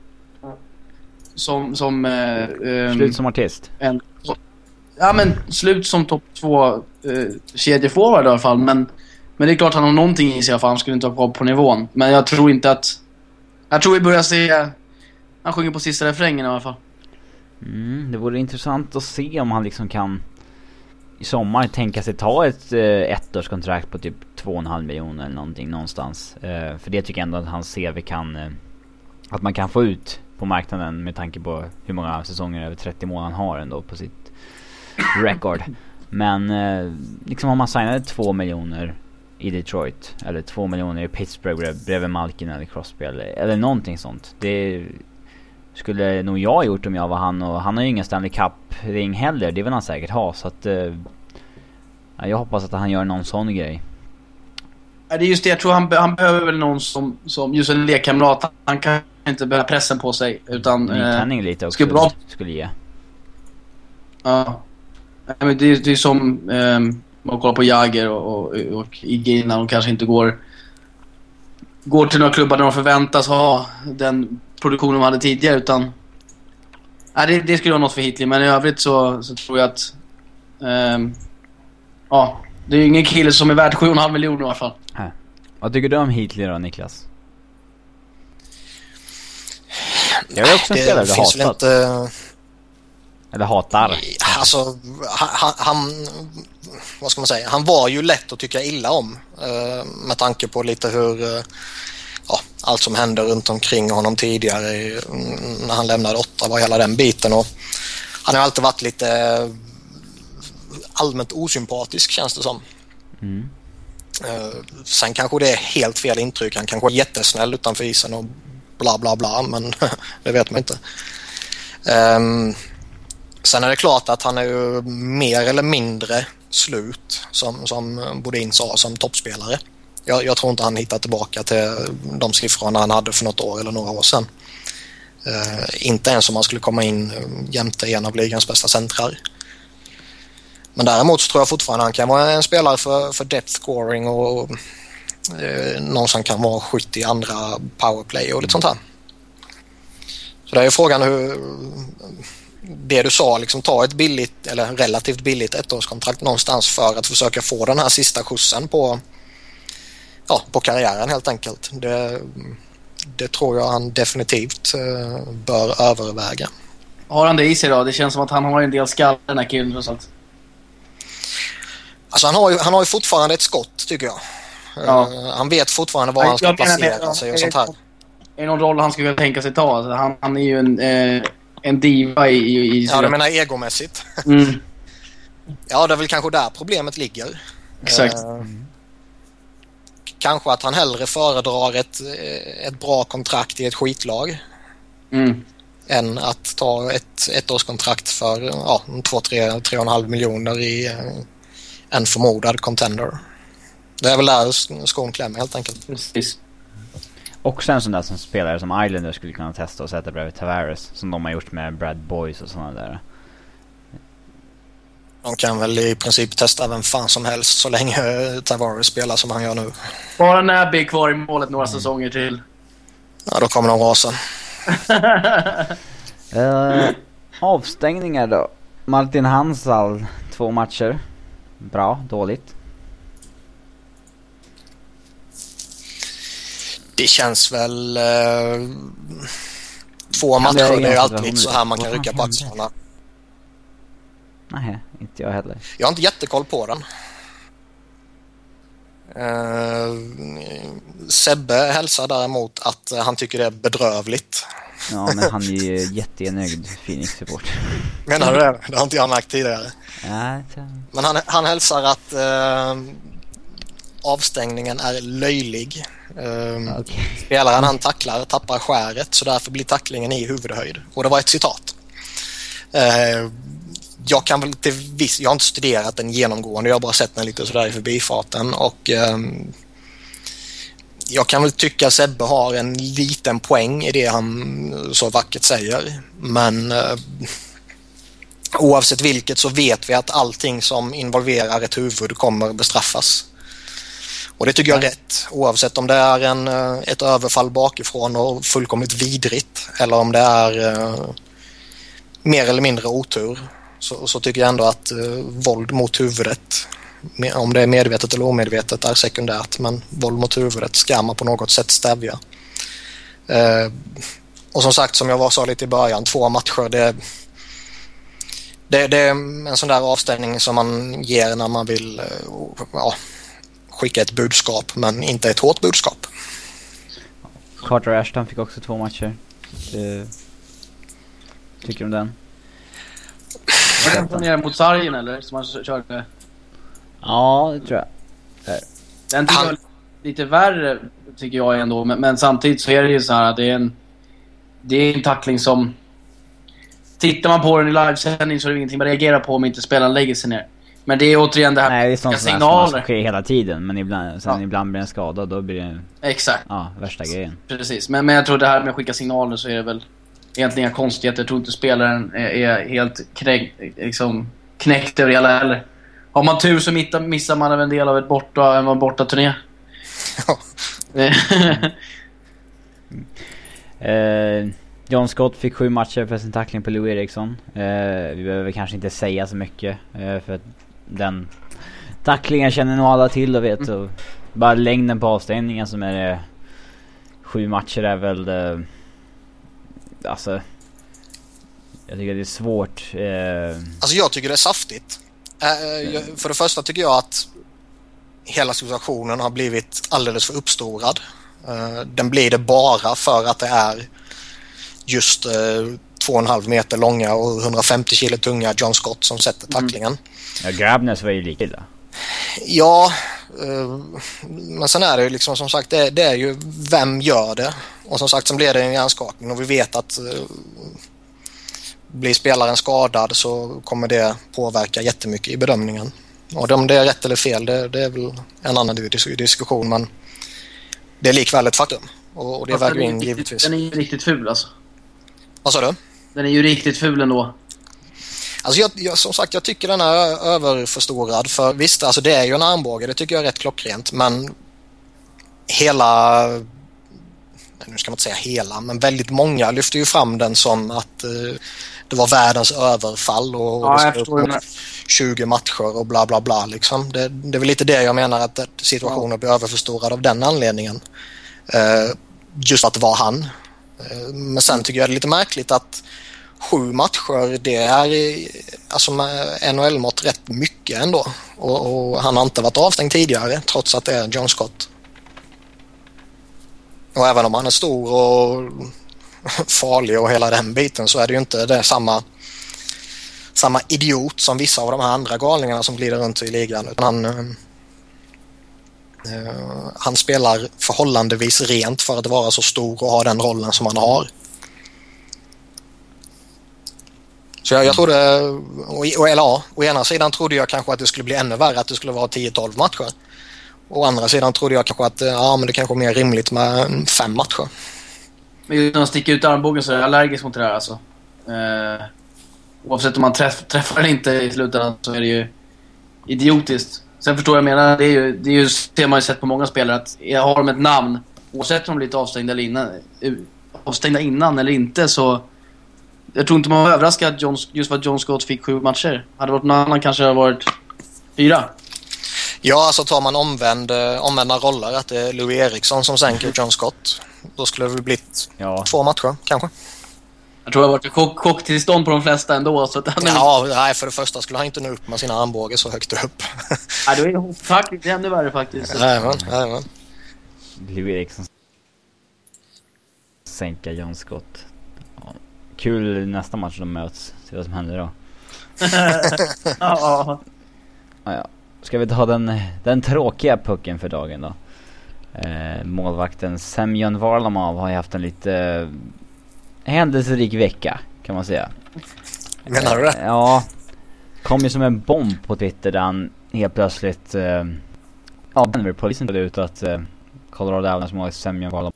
Som... som uh, slut som artist. En, ja, men slut som topp två uh, kedjeforward i alla fall, men... Men det är klart han har någonting i sig, för han skulle inte vara kvar på nivån. Men jag tror inte att... Jag tror vi börjar se... Han sjunger på sista refrängen i alla fall. Mm, det vore intressant att se om han liksom kan i sommar tänka sig ta ett eh, ettårskontrakt på typ två komma fem miljoner eller någonting någonstans. Eh, för det tycker jag ändå att hans C V kan... Eh, att man kan få ut på marknaden med tanke på hur många säsonger över trettio månader han har ändå på sitt record. Men eh, liksom om man signade två miljoner i Detroit eller två miljoner i Pittsburgh bredvid Malkin eller Crosby eller, eller någonting sånt. Det skulle nog jag ha gjort om jag var han, och han har ju ingen Stanley Cup-ring heller. Det vill han säkert ha, så att eh, jag hoppas att han gör någon sån grej. Ja, det är just det, jag tror han, han behöver väl någon som, som just en lekkamrat. Han kan inte behöva pressen på sig, utan eh, lite också skulle, bra... skulle ge. Ja, men det, det är som eh, man kollar på Jagger och, och, och I G när de kanske inte går går till några klubbar där de förväntas ha den produktion de hade tidigare, utan ja, det, det skulle vara något för Heatley. Men i övrigt så, så tror jag att um, ja, det är ingen kille som är värd sju komma fem miljoner i alla fall. Äh. Vad tycker du om Heatley då, Niklas? Jag är också en spelare du hatat. Inte... Eller hatar. Alltså, han, han, vad ska man säga? Han var ju lätt att tycka illa om, med tanke på lite hur ja, allt som hände runt omkring honom tidigare när han lämnade åtta, var hela den biten. Och han har alltid varit lite allmänt osympatisk, känns det som. Mm. Uh, sen kanske det är helt fel intryck. Han kanske är jättesnäll utanför isen och bla bla bla, men det vet man inte. Um, sen är det klart att han är ju mer eller mindre slut, som, som Bodin sa, som toppspelare. Jag, jag tror inte han hittar tillbaka till de siffrorna han hade för något år eller några år sedan. Uh, inte ens om han skulle komma in jämte en av ligans bästa centrar. Men däremot så tror jag fortfarande han kan vara en spelare för, för depth scoring och eh, någon som kan vara skytt i andra powerplay och lite sånt här. Så det är ju frågan hur det du sa, liksom ta ett billigt eller relativt billigt ettårskontrakt någonstans för att försöka få den här sista skjutsen på, ja, på karriären helt enkelt. Det, det tror jag han definitivt eh, bör överväga. Har han det i sig då? Det känns som att han har en del skall, den här killen och sånt. Alltså han har ju, han har ju fortfarande ett skott, tycker jag. Ja. Uh, han vet fortfarande var han ska placera det, sig och sånt här. Är det någon roll han skulle tänka sig ta? Alltså, han, han är ju en, eh, en diva i... i, i ja, du menar egomässigt. Mm. Ja, det är väl kanske där problemet ligger. Exakt. Uh, kanske att han hellre föredrar ett, ett bra kontrakt i ett skitlag. Mm. Än att ta ett ettårskontrakt för ja, två, tre, tre och en halv miljoner i uh, en förmodad contender. Det är väl där skon klämmer helt enkelt. Precis. Också en sån där som spelare som Islander skulle kunna testa och sätta bredvid Tavares, som de har gjort med Brad Boyce och sådana där. De kan väl i princip testa vem fan som helst så länge Tavares spelar som han gör nu. Bara Nabby kvar i målet några mm. säsonger till. Ja, då kommer de rasa. uh, avstängningar då. Martin Hansal, två matcher. Bra, dåligt. Det känns väl eh, två matcher, det är ju alltid så här man kan rycka på axlarna. Nej, inte jag heller. Jag har inte jättekoll på den. Uh, Sebbe hälsar däremot att han tycker det är bedrövligt. Ja, men han är ju jättenöjd Phoenix-support. Menar du det? Det har inte jag märkt tidigare. Ja, men han, han hälsar att uh, avstängningen är löjlig. Uh, okay. Spelaren han tacklar tappar skäret, så därför blir tacklingen i huvudhöjd. Och det var ett citat. Uh, jag kan väl till viss, jag har inte studerat den genomgående, jag har bara sett den lite sådär i förbifarten, och um, jag kan väl tycka att Sebbe har en liten poäng i det han så vackert säger, men uh, oavsett vilket så vet vi att allting som involverar ett huvud kommer bestraffas. Och det tycker jag är rätt, oavsett om det är en, ett överfall bakifrån och fullkomligt vidrigt, eller om det är uh, mer eller mindre otur. Så, så tycker jag ändå att uh, våld mot huvudet, om det är medvetet eller omedvetet, är sekundärt, men våld mot huvudet ska man på något sätt stävja. Uh, och som sagt, som jag var sa lite i början, två matcher, det, det, det är en sån där avstängning som man ger när man vill uh, ja, skicka ett budskap, men inte ett hårt budskap. Carter Ashton fick också två matcher. Uh, tycker du om den? Var den från er mot sargen eller? Som han körde? Ja, det tror jag. Där. Den tycker jag lite värre, tycker jag ändå. Men, men samtidigt så är det ju så här att det är en, det är en tackling som... Tittar man på den i livesändning så är det ingenting man reagerar på om inte spelaren lägger sig ner. Men det är återigen det här. Nej, det är sånt signaler som sker hela tiden. Men ibland, sen ja. ibland blir en skada, då blir det... Exakt. Ja, värsta grejen. Precis, men, men jag tror det här med att skicka signaler så är det väl... Egentligen inga konstigheter. Jag tror inte spelaren är, är helt knäck, liksom, knäckt över hela heller. Har man tur så missar, missar man en del av ett borta, en borta turné. Ja. eh, John Scott fick sju matcher för sin tackling på Lou Eriksson. Eh, vi behöver kanske inte säga så mycket. Eh, för att den tacklingen känner nog alla till och vet. Mm. Och bara längden på avstängningen som är det, sju matcher är väl... Eh, alltså jag tycker det är svårt eh... alltså jag tycker det är saftigt eh, jag, för det första tycker jag att hela situationen har blivit alldeles för uppstorad. eh, den blir det bara för att det är just eh, två och en halv meter långa och hundrafemtio kilo tunga John Scott som sätter tacklingen. Mm. Ja, Grabness var ju lika illa. Ja, men sen är det ju liksom som sagt, det, det är ju vem gör det? Och som sagt, som blir det en hjärnskakning och vi vet att blir spelaren skadad så kommer det påverka jättemycket i bedömningen. Och om det är rätt eller fel, det, det är väl en annan diskussion, men det är likväl ett faktum. Och, och det väger in givetvis. Den är ju riktigt ful alltså. Vad sa du? Den är ju riktigt ful ändå. Alltså jag, jag, som sagt, jag tycker den är överförstorad. För visst, alltså det är ju en armbåge, det tycker jag är rätt klockrent. Men hela, nu ska man inte säga hela, men väldigt många lyfter ju fram den som att uh, det var världens överfall och, ja, och jag det skulle upp tjugo matcher och bla bla bla liksom. Det, det är väl lite det jag menar, att situationen ja. blir överförstorad av den anledningen. Uh, just att det var han. Uh, men sen tycker jag det är lite märkligt att sju matcher, det är alltså med N H L-mått rätt mycket ändå. Och, och han har inte varit avstängd tidigare trots att det är John Scott. Och även om han är stor och farlig och hela den biten, så är det ju inte det samma samma idiot som vissa av de här andra galningarna som glider runt i ligan, utan han uh, han spelar förhållandevis rent för att vara så stor och ha den rollen som han har. Så jag, jag trodde, och, och, eller ja, å ena sidan trodde jag kanske att det skulle bli ännu värre, att det skulle vara tio tolv matcher. Å andra sidan trodde jag kanske att ja, men det kanske är mer rimligt med fem matcher. Men utan att sticka ut armbågen så är jag allergisk mot det där alltså. Eh, oavsett om man träff, träffar eller inte i slutändan så är det ju idiotiskt. Sen förstår jag menar, det är ju, det är ju det man ju sett på många spelare, att jag har de ett namn, oavsett om de blivit avstängda eller innan, avstängda innan eller inte, så jag tror inte man var överraskad att John, just vad John Scott fick sju matcher. Hade det varit någon annan kanske det hade varit fyra. Ja, alltså tar man omvänd, omvända roller, att det är Louis Eriksson som sänker John Scott, då skulle det blivit ja. två matcher kanske. Jag tror det har varit chock, chocktillstånd på de flesta ändå. Så att han ja, är... nej, för det första skulle han inte nå upp med sina armbågar så högt upp. Nej, det är ju faktiskt ännu värre faktiskt. Nej, men, nej, men. Louis Eriksson sänka John Scott. Ja. Kul nästa match de möts. Se vad som händer då. ja. Ja, ja. Ska vi ta den, den tråkiga pucken för dagen då? Eh, målvakten Semyon Varlamov har ju haft en lite eh, händelserik vecka, kan man säga. Menar du det? Eh, ja. Kom ju som en bomb på Twitter där han helt plötsligt eh, ja, Denver-polisen tog ut att eh, Colorado Avalanche målvakt Semyon Varlamov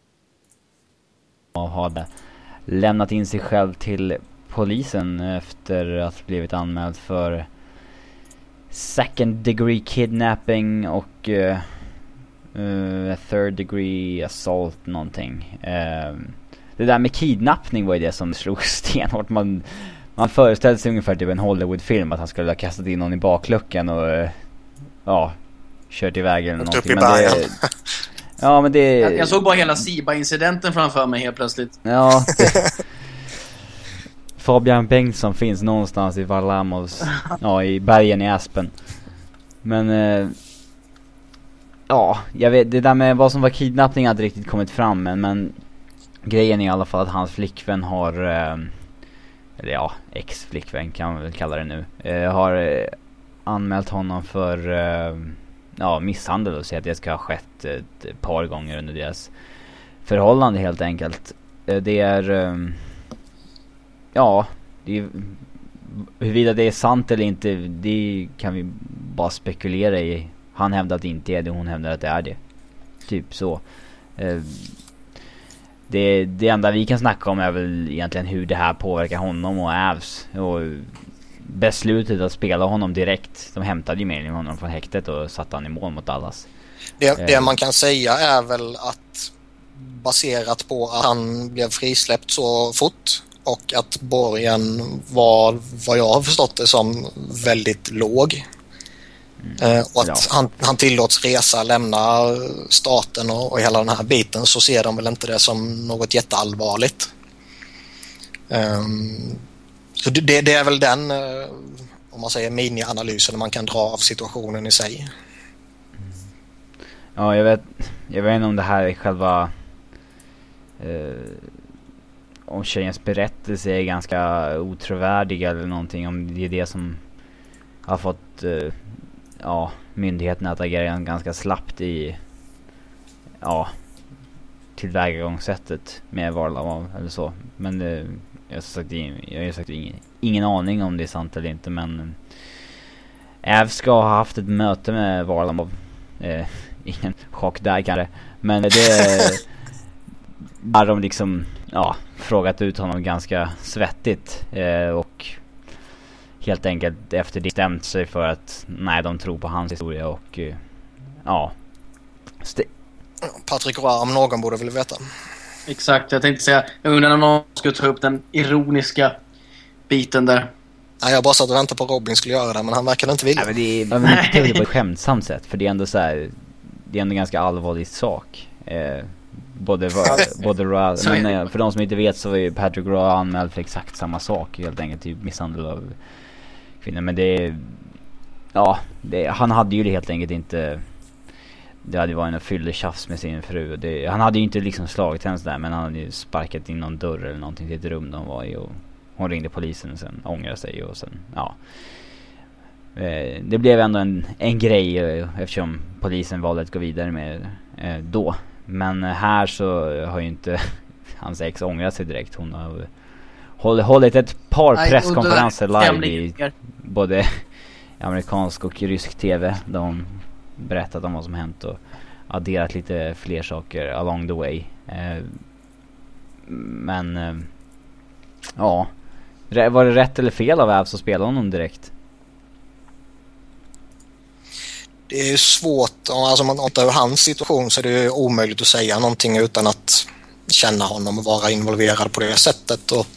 hade lämnat in sig själv till polisen efter att ha blivit anmäld för second degree kidnapping och uh, uh, third degree assault någonting. Uh, det där med kidnappning var ju det som slog stenhårt. Man, man föreställde sig ungefär typ en Hollywood-film att han skulle ha kastat in någon i bakluckan och uh, ja, kört iväg eller någonting. Men det, ja, men det... Jag, jag såg bara hela Siba-incidenten framför mig helt plötsligt. Ja, det... Fabian Bengtsson finns någonstans i Varlamovs, ja, i bergen i Aspen. Men eh, ja, jag vet, det där med vad som var kidnappning hade riktigt kommit fram, men, men grejen är i alla fall att hans flickvän har eh, eller ja, ex-flickvän kan man väl kalla det nu, eh, har eh, anmält honom för eh, ja, misshandel och säger att det ska ha skett ett, ett par gånger under deras förhållande helt enkelt. Eh, det är eh, ja, det är, huruvida det är sant eller inte, det kan vi bara spekulera i. Han hävdar att det inte är det, hon hävdar att det är det. Typ så. Eh, det, det enda vi kan snacka om är väl egentligen hur det här påverkar honom och Avs. Och beslutet att spela honom direkt. De hämtade ju med honom från häktet och satte han i mål mot Dallas. Det, eh. det man kan säga är väl att baserat på att han blev frisläppt så fort och att borgen var, vad jag har förstått det som, väldigt låg. Mm. Eh, och att ja. han, han tillåts resa, lämna staten och, och hela den här biten, så ser de väl inte det som något jätteallvarligt. Um, så det, det är väl den, uh, om man säger mini-analysen man kan dra av situationen i sig. Mm. Ja, jag vet, jag vet inte om det här är själva... Uh, om tjejens berättelse är ganska otrovärdig eller någonting, om det är det som har fått uh, ja, myndigheterna att agera ganska slappt i ja, tillvägagångssättet med Varlamov eller så. Men uh, jag har sagt, jag har sagt ingen, ingen aning om det är sant eller inte, men Äv ska ha haft ett möte med Varlamov. Uh, ingen chock där kanske, men det har de liksom ja, frågat ut honom ganska svettigt eh, och helt enkelt efter det stämt sig för att nej, de tror på hans historia och eh, ja st- Patrick Roy, om någon borde väl veta. Exakt, jag tänkte säga, jag undrar om någon skulle ta upp den ironiska biten där. Nej, jag bara satt och väntade på Robin skulle göra det, men han verkade inte vilja. Nej, men det är, men inte det på ett skämtsamt sätt, för det är ändå så här, det är ändå en ganska allvarlig sak. Eh, både både Roy, men eh, för de som inte vet så var ju Patrick Roy anmäld för exakt samma sak, helt enkelt typ misshandel av kvinnor, men det är ja, det, han hade ju det helt enkelt inte. Det hade varit en fylletjafs med sin fru. Det, han hade ju inte liksom slagit henne där, men han hade ju sparkat in någon dörr eller någonting till ett rum de var i, och hon ringde polisen och sen ångrade sig och sen ja. Eh, det blev ändå en, en grej eh, eftersom polisen valde att gå vidare med eh, då. Men eh, här så har ju inte hans ex ångrat sig direkt. Hon har håll, hållit ett par Nej, presskonferenser live i både amerikansk och rysk tv. De berättat om vad som hänt och adderat lite fler saker along the way. Eh, men eh, ja, var det rätt eller fel av Avs att spela honom direkt? Det är svårt, alltså om man tar hans situation så är det omöjligt att säga någonting utan att känna honom och vara involverad på det sättet. Och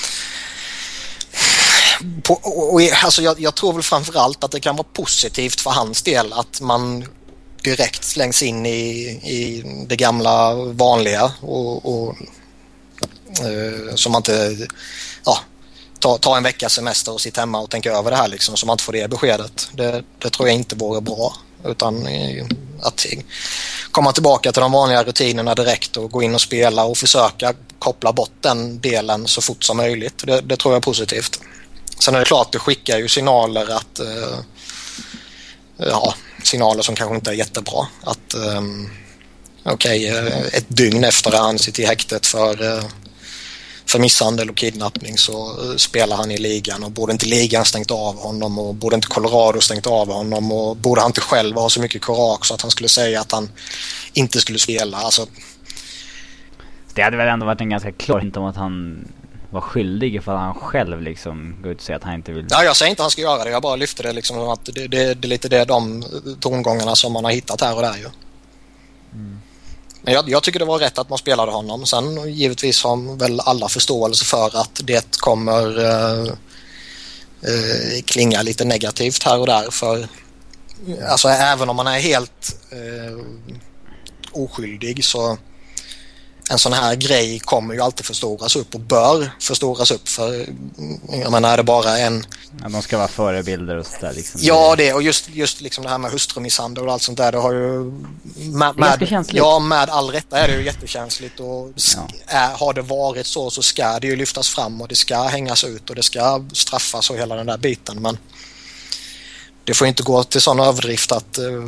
På, och, och, alltså jag, jag tror väl framförallt att det kan vara positivt för hans del att man direkt slängs in i, i det gamla vanliga och, och eh, som man inte ja, ta, ta en veckas semester och sitta hemma och tänka över det här liksom, så man inte får det beskedet. Det, det tror jag inte vore bra, utan eh, att komma tillbaka till de vanliga rutinerna direkt och gå in och spela och försöka koppla bort den delen så fort som möjligt. Det, det tror jag är positivt. Sen är det klart, det skickar ju signaler att eh, ja, signaler som kanske inte är jättebra. Att eh, okej, okay, ett dygn efter att han sitter i häktet för, eh, för misshandel och kidnappning så eh, spelar han i ligan, och borde inte ligan stängt av honom och borde inte Colorado stängt av honom och borde han inte själv ha så mycket kurage så att han skulle säga att han inte skulle spela. Alltså, det hade väl ändå varit en ganska klar hint om att han var skyldig för att han själv liksom går ut och säger att han inte vill. Ja, jag säger inte att han ska göra det. Jag bara lyfter det liksom att det, det, det är lite det de tongångarna som man har hittat här och där ju. Mm. Men jag, jag tycker det var rätt att man spelade honom. Sen givetvis har väl alla förståelse för att det kommer uh, uh, klinga lite negativt här och där, för alltså även om man är helt uh, oskyldig så en sån här grej kommer ju alltid förstoras upp och bör förstoras upp, för jag menar, är det bara en... Ja, de ska vara förebilder och sådär liksom. Ja, det, och just, just liksom det här med hustrumisshandel och allt sånt där, det har ju med, med, ja, med all rätta är det ju jättekänsligt, och sk- ja. är, har det varit så så ska det ju lyftas fram och det ska hängas ut och det ska straffas och hela den där biten, men det får inte gå till sån överdrift att uh,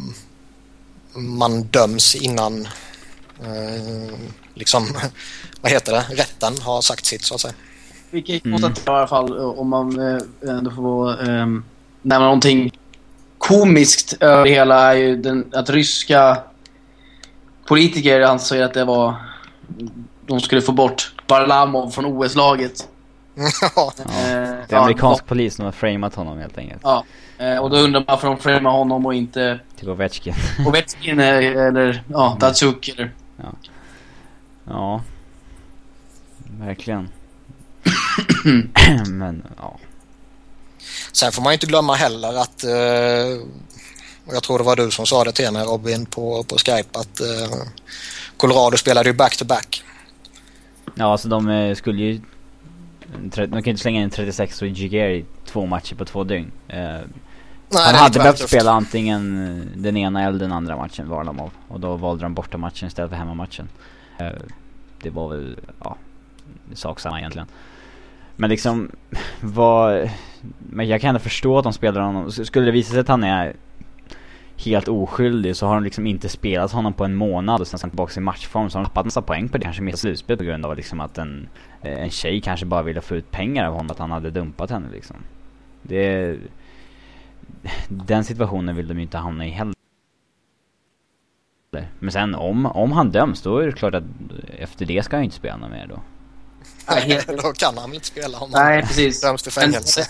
man döms innan Uh, liksom, vad heter det? Rätten har sagt sitt, så att säga. Vilket mm. måste i alla fall, om man uh, ändå får uh, nämna någonting komiskt över det hela, är ju den, att ryska politiker anser att det var de skulle få bort Varlamov från O S-laget. Ja. Uh, det är amerikansk ja, polis som har framat honom helt enkelt. Ja, uh, och då undrar man varför de framar honom och inte till Ovechkin. Ovechkin eller ja, Datsuk eller ja. Ja. Verkligen. Men ja. Sen får man ju inte glömma heller att uh, och jag tror det var du som sa det till mig, Robin, på, på Skype, att uh, Colorado spelade ju back-to-back. Ja, så de skulle ju de kan inte slänga in trettiosex och Giger i två matcher på två dygn. Uh, Nej, han hade behövt spela antingen den ena eller den andra matchen, Varlamov, och då valde de borta matchen istället för hemmamatchen. Uh, det var väl, ja, sak samma egentligen. Men liksom vad, men jag kan ändå förstå att de spelar honom. Skulle det visa sig att han är helt oskyldig, så har de liksom inte spelat honom på en månad och sen sen tillbaka i matchform, så har de tappat massa poäng på det, kanske med slutspel på grund av liksom att en, en tjej kanske bara ville få ut pengar av honom, att han hade dumpat henne liksom. Det, den situationen vill de ju inte hamna i heller. Men sen om, om han döms, då är det klart att efter det ska han inte spela något mer då. Nej, då kan han inte spela om Nej, han precis. döms till fängelse.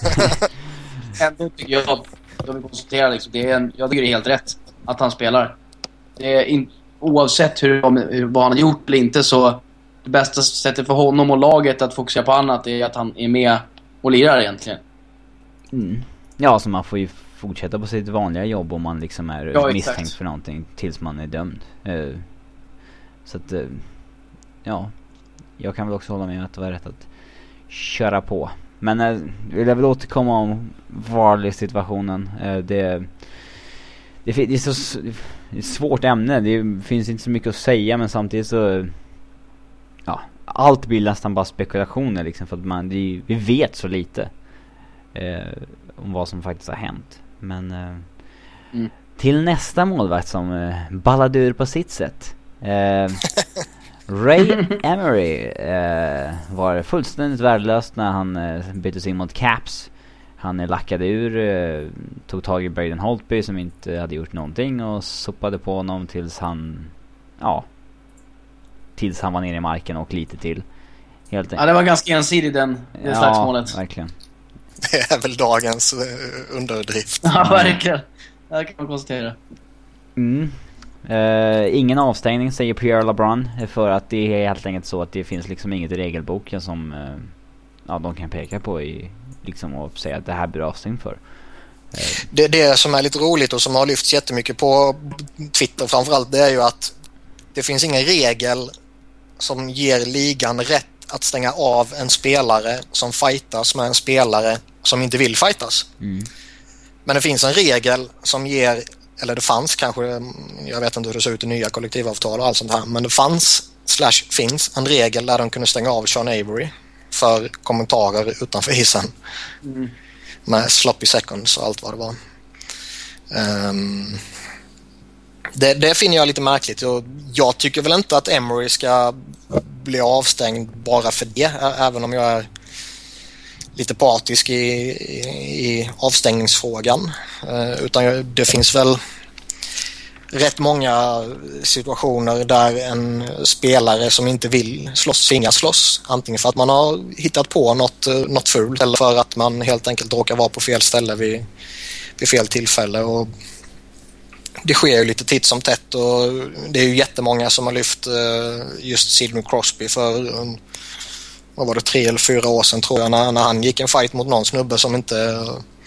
Ändå tycker jag att de vill konstatera liksom, det är en, jag tycker det är helt rätt att han spelar. Det är in, oavsett hur, hur, vad han har gjort eller inte, så det bästa sättet för honom och laget att fokusera på annat är att han är med och lirar egentligen. Mm. Ja, så man får ju fortsätta på sitt vanliga jobb om man liksom är ja, misstänkt exakt. för någonting tills man är dömd. Uh, så att, uh, ja, jag kan väl också hålla med att det var rätt att köra på. Men uh, vill jag väl återkomma om Varley-situationen. Uh, det, det, det är så det är svårt ämne. Det finns inte så mycket att säga, men samtidigt så ja, allt blir nästan bara spekulationer liksom, för att man, det, vi vet så lite uh, om vad som faktiskt har hänt. Men uh, mm. till nästa målvakt som uh, ballade ur på sitt sätt. Uh, Ray Emery uh, var fullständigt värdelös när han uh, byttes in mot Caps. Han uh, lackade ur, uh, tog tag i Braden Holtby som inte hade gjort någonting och sopade på honom tills han ja tills han var nere i marken och lite till. Helt ja, det var ganska ensidigt den, det ja, slagsmålet. Verkligen. Det är väl dagens uh, underdrift. Ja, verkligen. Det kan man konstatera. Mm. Uh, ingen avstängning säger Pierre LeBrun, för att det är helt enkelt så att det finns liksom inget i regelboken som uh, ja, de kan peka på i, liksom, och säga att det här blir avstängning för. Uh. Det, det som är lite roligt och som har lyfts jättemycket på Twitter framförallt, det är ju att det finns ingen regel som ger ligan rätt att stänga av en spelare som fightas med en spelare som inte vill fightas. Mm. Men det finns en regel som ger, eller det fanns kanske, jag vet inte hur det ser ut i nya kollektivavtal och allt sånt här, men det fanns slash finns en regel där de kunde stänga av Sean Avery för kommentarer utanför isen. Mm. Med sloppy seconds och allt vad det var. Um, det, det finner jag lite märkligt, och jag tycker väl inte att Emery ska bli avstängd bara för det, även om jag är lite partisk i, i, i avstängningsfrågan. Uh, utan jag, det finns väl rätt många situationer där en spelare som inte vill slåss tvingas slåss. Antingen för att man har hittat på något, något fult, eller för att man helt enkelt råkar vara på fel ställe vid, vid fel tillfälle. Och det sker ju lite titt som tätt, och det är ju jättemånga som har lyft just Sidney Crosby för vad var det, tre eller fyra år sedan tror jag, när, när han gick en fight mot någon snubbe som inte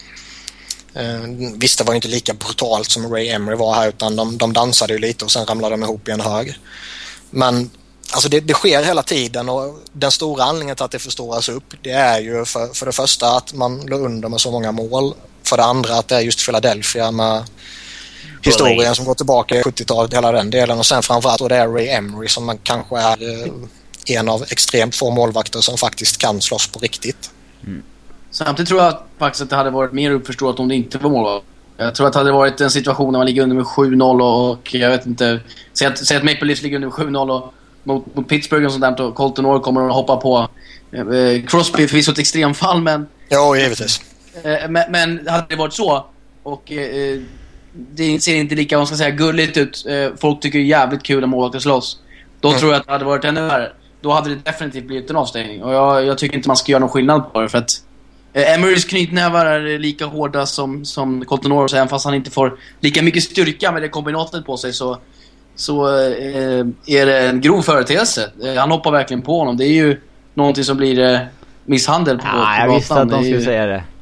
eh, visst, det var inte lika brutalt som Ray Emery var här, utan de, de dansade ju lite och sen ramlade de ihop i en hög. Men alltså det, det sker hela tiden, och den stora anledningen till att det förstoras upp, det är ju för, för det första att man låg under med så många mål, för det andra att det är just Philadelphia med historien som går tillbaka i sjuttiotalet, hela den delen, och sen framförallt och det är Ray Emery som man kanske är eh, en av extremt få målvakter som faktiskt kan slåss på riktigt. Mm. Samtidigt tror jag faktiskt att det hade varit mer uppförstått om det inte var målvakt. Jag tror att det hade varit en situation där man ligger under med sju noll och, och jag vet inte, säg att, säg att Maple Leafs ligger under med sju noll och mot, mot Pittsburgh och sånt där, och Colton Orr kommer att hoppa på eh, Crosby, förvisso ett extremfall, men ja, givetvis. eh, men, men hade det varit så och eh, det ser inte lika, vad ska jag säga, gulligt ut, eh, folk tycker det är jävligt kul att målvakter slåss, då mm. tror jag att det hade varit ännu värre. Då hade det definitivt blivit en avstängning. Och jag, jag tycker inte man ska göra någon skillnad på det. För att eh, Emerys knytnävar är lika hårda som, som Colton Orr. Även fast han inte får lika mycket styrka med det kombinatet på sig, så, så eh, är det en grov företeelse. Eh, han hoppar verkligen på honom. Det är ju någonting som blir eh, misshandel på, ja, på jag gatan. visste att de skulle ju... säga det.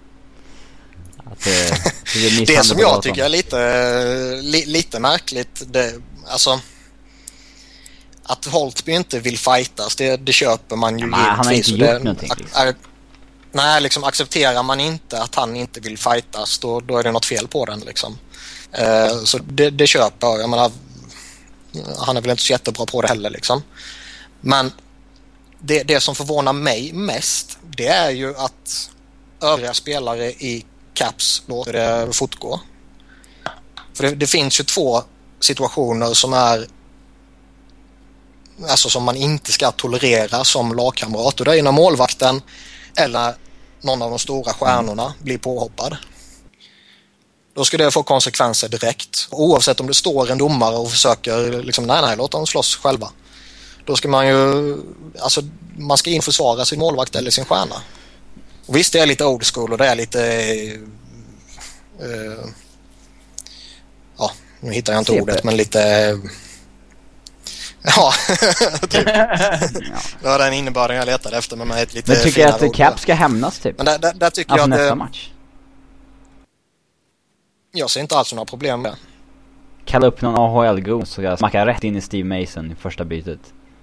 Att det, det, det som jag tycker är lite, li, lite märkligt, det, alltså att Holtby inte vill fightas, det, det köper man ju. Ja, han har inte gjort det, någonting. Är, är, nej, liksom accepterar man inte att han inte vill fightas, då, då är det något fel på den liksom. Uh, så det, det köper jag. Jag menar, han är väl inte så jättebra på det heller liksom. Men det, det som förvånar mig mest, det är ju att övriga spelare i Caps låter det fortgå. För det, det finns ju två situationer som är alltså som man inte ska tolerera som lagkamrat, och det är när målvakten eller någon av de stora stjärnorna blir påhoppad. Då ska det få konsekvenser direkt. Oavsett om det står en domare och försöker liksom, nej nej, låt dem slåss själva. Då ska man ju alltså man ska in försvara sin målvakt eller sin stjärna. Och visst, det är lite old school och det är lite uh, ja, nu hittar jag inte C P. ordet, men lite ja, typ. Det var den innebörden jag letade efter, men med ett lite men tycker jag att Cap ska hämnas typ? Men där, där, där tycker alltså jag nästa att, match. Jag ser inte alls några problem med. Kalla upp någon A H L-go så jag smackar rätt in i Steve Mason i första bytet.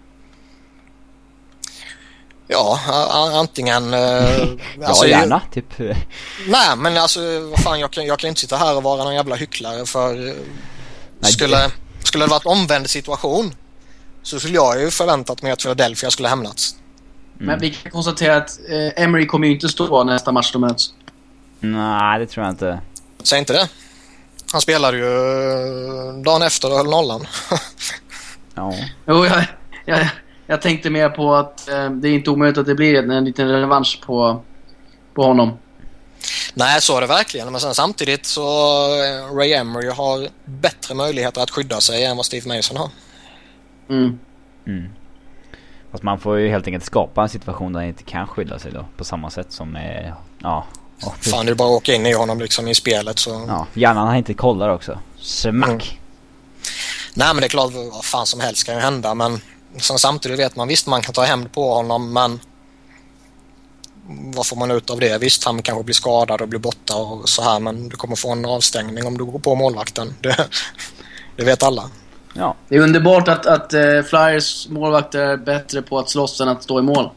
Ja, antingen ja, alltså, gärna typ. Nej, men alltså vad fan, jag kan, jag kan inte sitta här och vara någon jävla hycklare för nej, skulle, det... skulle det varit omvänd situation så skulle jag ju förväntat mig att Philadelphia skulle hämnats. Mm. Men vi kan konstatera att eh, Emery kommer ju inte stå nästa match de möts. Nej, det tror jag inte. Säg inte det. Han spelade ju dagen efter och höll nollan. Ja. Jo, jag, jag, jag tänkte mer på att eh, det är inte omöjligt att det blir en, en liten revansch på, på honom. Nej, så är det verkligen. Men sen samtidigt så Ray Emery har bättre möjligheter att skydda sig än vad Steve Mason har. Mm. Mm. Fast man får ju helt enkelt skapa en situation där han inte kan skydda sig då. På samma sätt som eh, ja. Oh, fan, det är bara att åka in i honom liksom i spelet så... Ja, hjärnan har inte kollar också. Smack! Mm. Nej, men det är klart, vad fan som helst kan ju hända. Men sen samtidigt vet man, visst man kan ta hem på honom, men vad får man ut av det? Visst, han kanske blir skadad och blir borta och så här, men du kommer få en avstängning om du går på målvakten. Det, det vet alla. Ja. Det är underbart att, att uh, Flyers målvakter är bättre på att slåss än att stå i mål.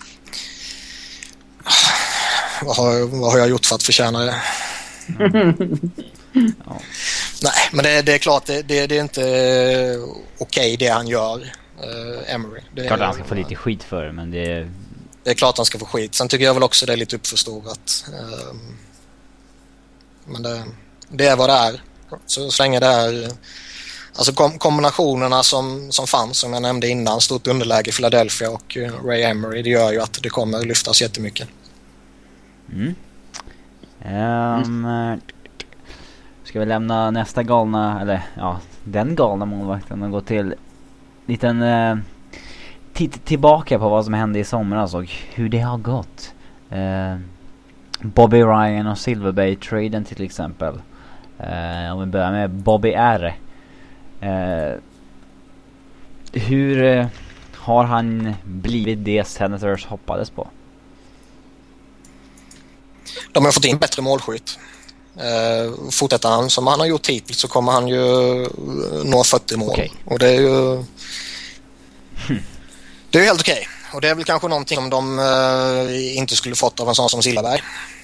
Vad har, vad har jag gjort för att förtjäna det? Mm. Ja. Nej, men det, det är klart, det, det, det är inte okej okay, det han gör, uh, Emery. Det klart att han ska få lite skit för det, men det är... Det är klart att han ska få skit. Sen tycker jag väl också det är lite uppförstorat. Uh, men det, det är vad det är. Så, så länge det är... Alltså kom, kombinationerna som, som fanns, som jag nämnde innan, stort underläge i Philadelphia och uh, Ray Emery, det gör ju att det kommer lyftas jättemycket. Mm. Um, mm. Ska vi lämna nästa galna, eller ja, den galna målvakten och gå till liten uh, titt tillbaka på vad som hände i somras och hur det har gått. Uh, Bobby Ryan och Silver Bay-traden till exempel. Uh, om vi börjar med Bobby R. Uh, hur uh, har han blivit det Senators hoppades på? De har fått in bättre målskytt. Uh, fortsätter han som han har gjort hittills så kommer han ju nå fyrtio mål. Okay. Och det är ju hmm. det är ju helt okej. Okay. Och det är väl kanske någonting om de uh, inte skulle fått av en sån som Silverberg.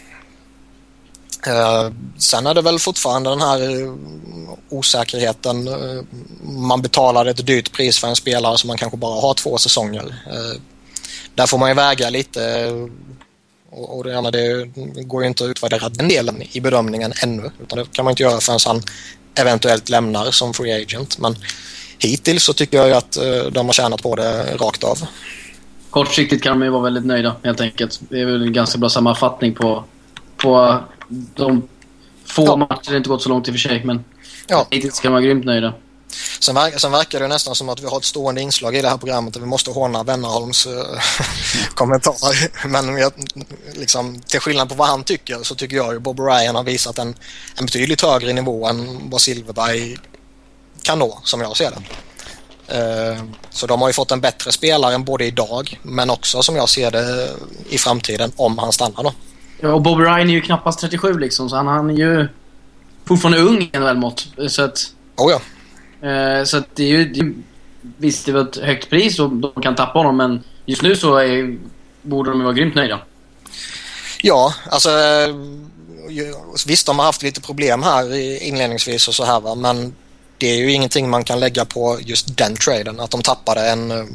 Uh, sen är det väl fortfarande den här uh, osäkerheten. Uh, man betalar ett dyrt pris för en spelare som man kanske bara har två säsonger. Uh, där får man ju väga lite... Uh, Och, och det, det går ju inte att utvärdera den delen i bedömningen ännu. Utan det kan man inte göra förrän han eventuellt lämnar som free agent. Men hittills så tycker jag ju att uh, de har tjänat på det rakt av. Kortsiktigt kan de ju vara väldigt nöjda helt enkelt. Det är väl en ganska bra sammanfattning på, på de få ja. matcher. Det har inte gått så långt i och för sig. Men ja. Hittills kan man vara grymt nöjda. Sen, verkar, sen verkar det nästan som att vi har ett stående inslag i det här programmet där vi måste håna Wennerholms uh, kommentarer. Men jag, liksom, till skillnad på vad han tycker så tycker jag ju Bob Ryan har visat en, en betydligt högre nivå än vad Silverberg kan nå, som jag ser det. Uh, så de har ju fått en bättre spelare än både idag men också som jag ser det i framtiden om han stannar då. Ja, och Bob Ryan är ju knappast trettiosju liksom, så han, han är ju fortfarande ung en välmått. Så att... Oh ja. Uh, så att det är ju det, visst det var ett högt pris och de kan tappa honom, men just nu så är, borde de vara grymt nöjda. Ja, alltså visst de har haft lite problem här inledningsvis och så här va, men det är ju ingenting man kan lägga på just den traden, att de tappade en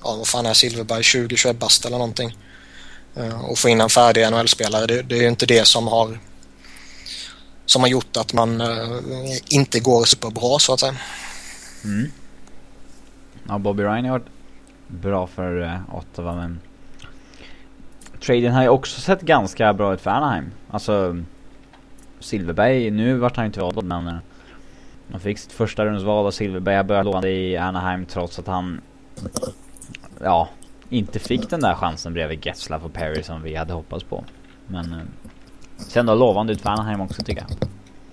ja, vad fan är Silverberg, tjugo tjugoett bast eller någonting. Uh, och få in en färdig N H L-spelare, det, det är ju inte det som har som har gjort att man uh, inte går superbra så att säga. Mm. Ja, Bobby Ryan har varit bra för uh, Ottawa, men traden har ju också sett ganska bra ut för Anaheim. Alltså Silverberg, nu vart han inte vald, men uh, han fick sitt första rundsval och Silverberg började låna i Anaheim trots att han ja, inte fick den där chansen bredvid Getzlaf och Perry som vi hade hoppats på. Men uh, sen då lovande ut för Anaheim också, tycker jag.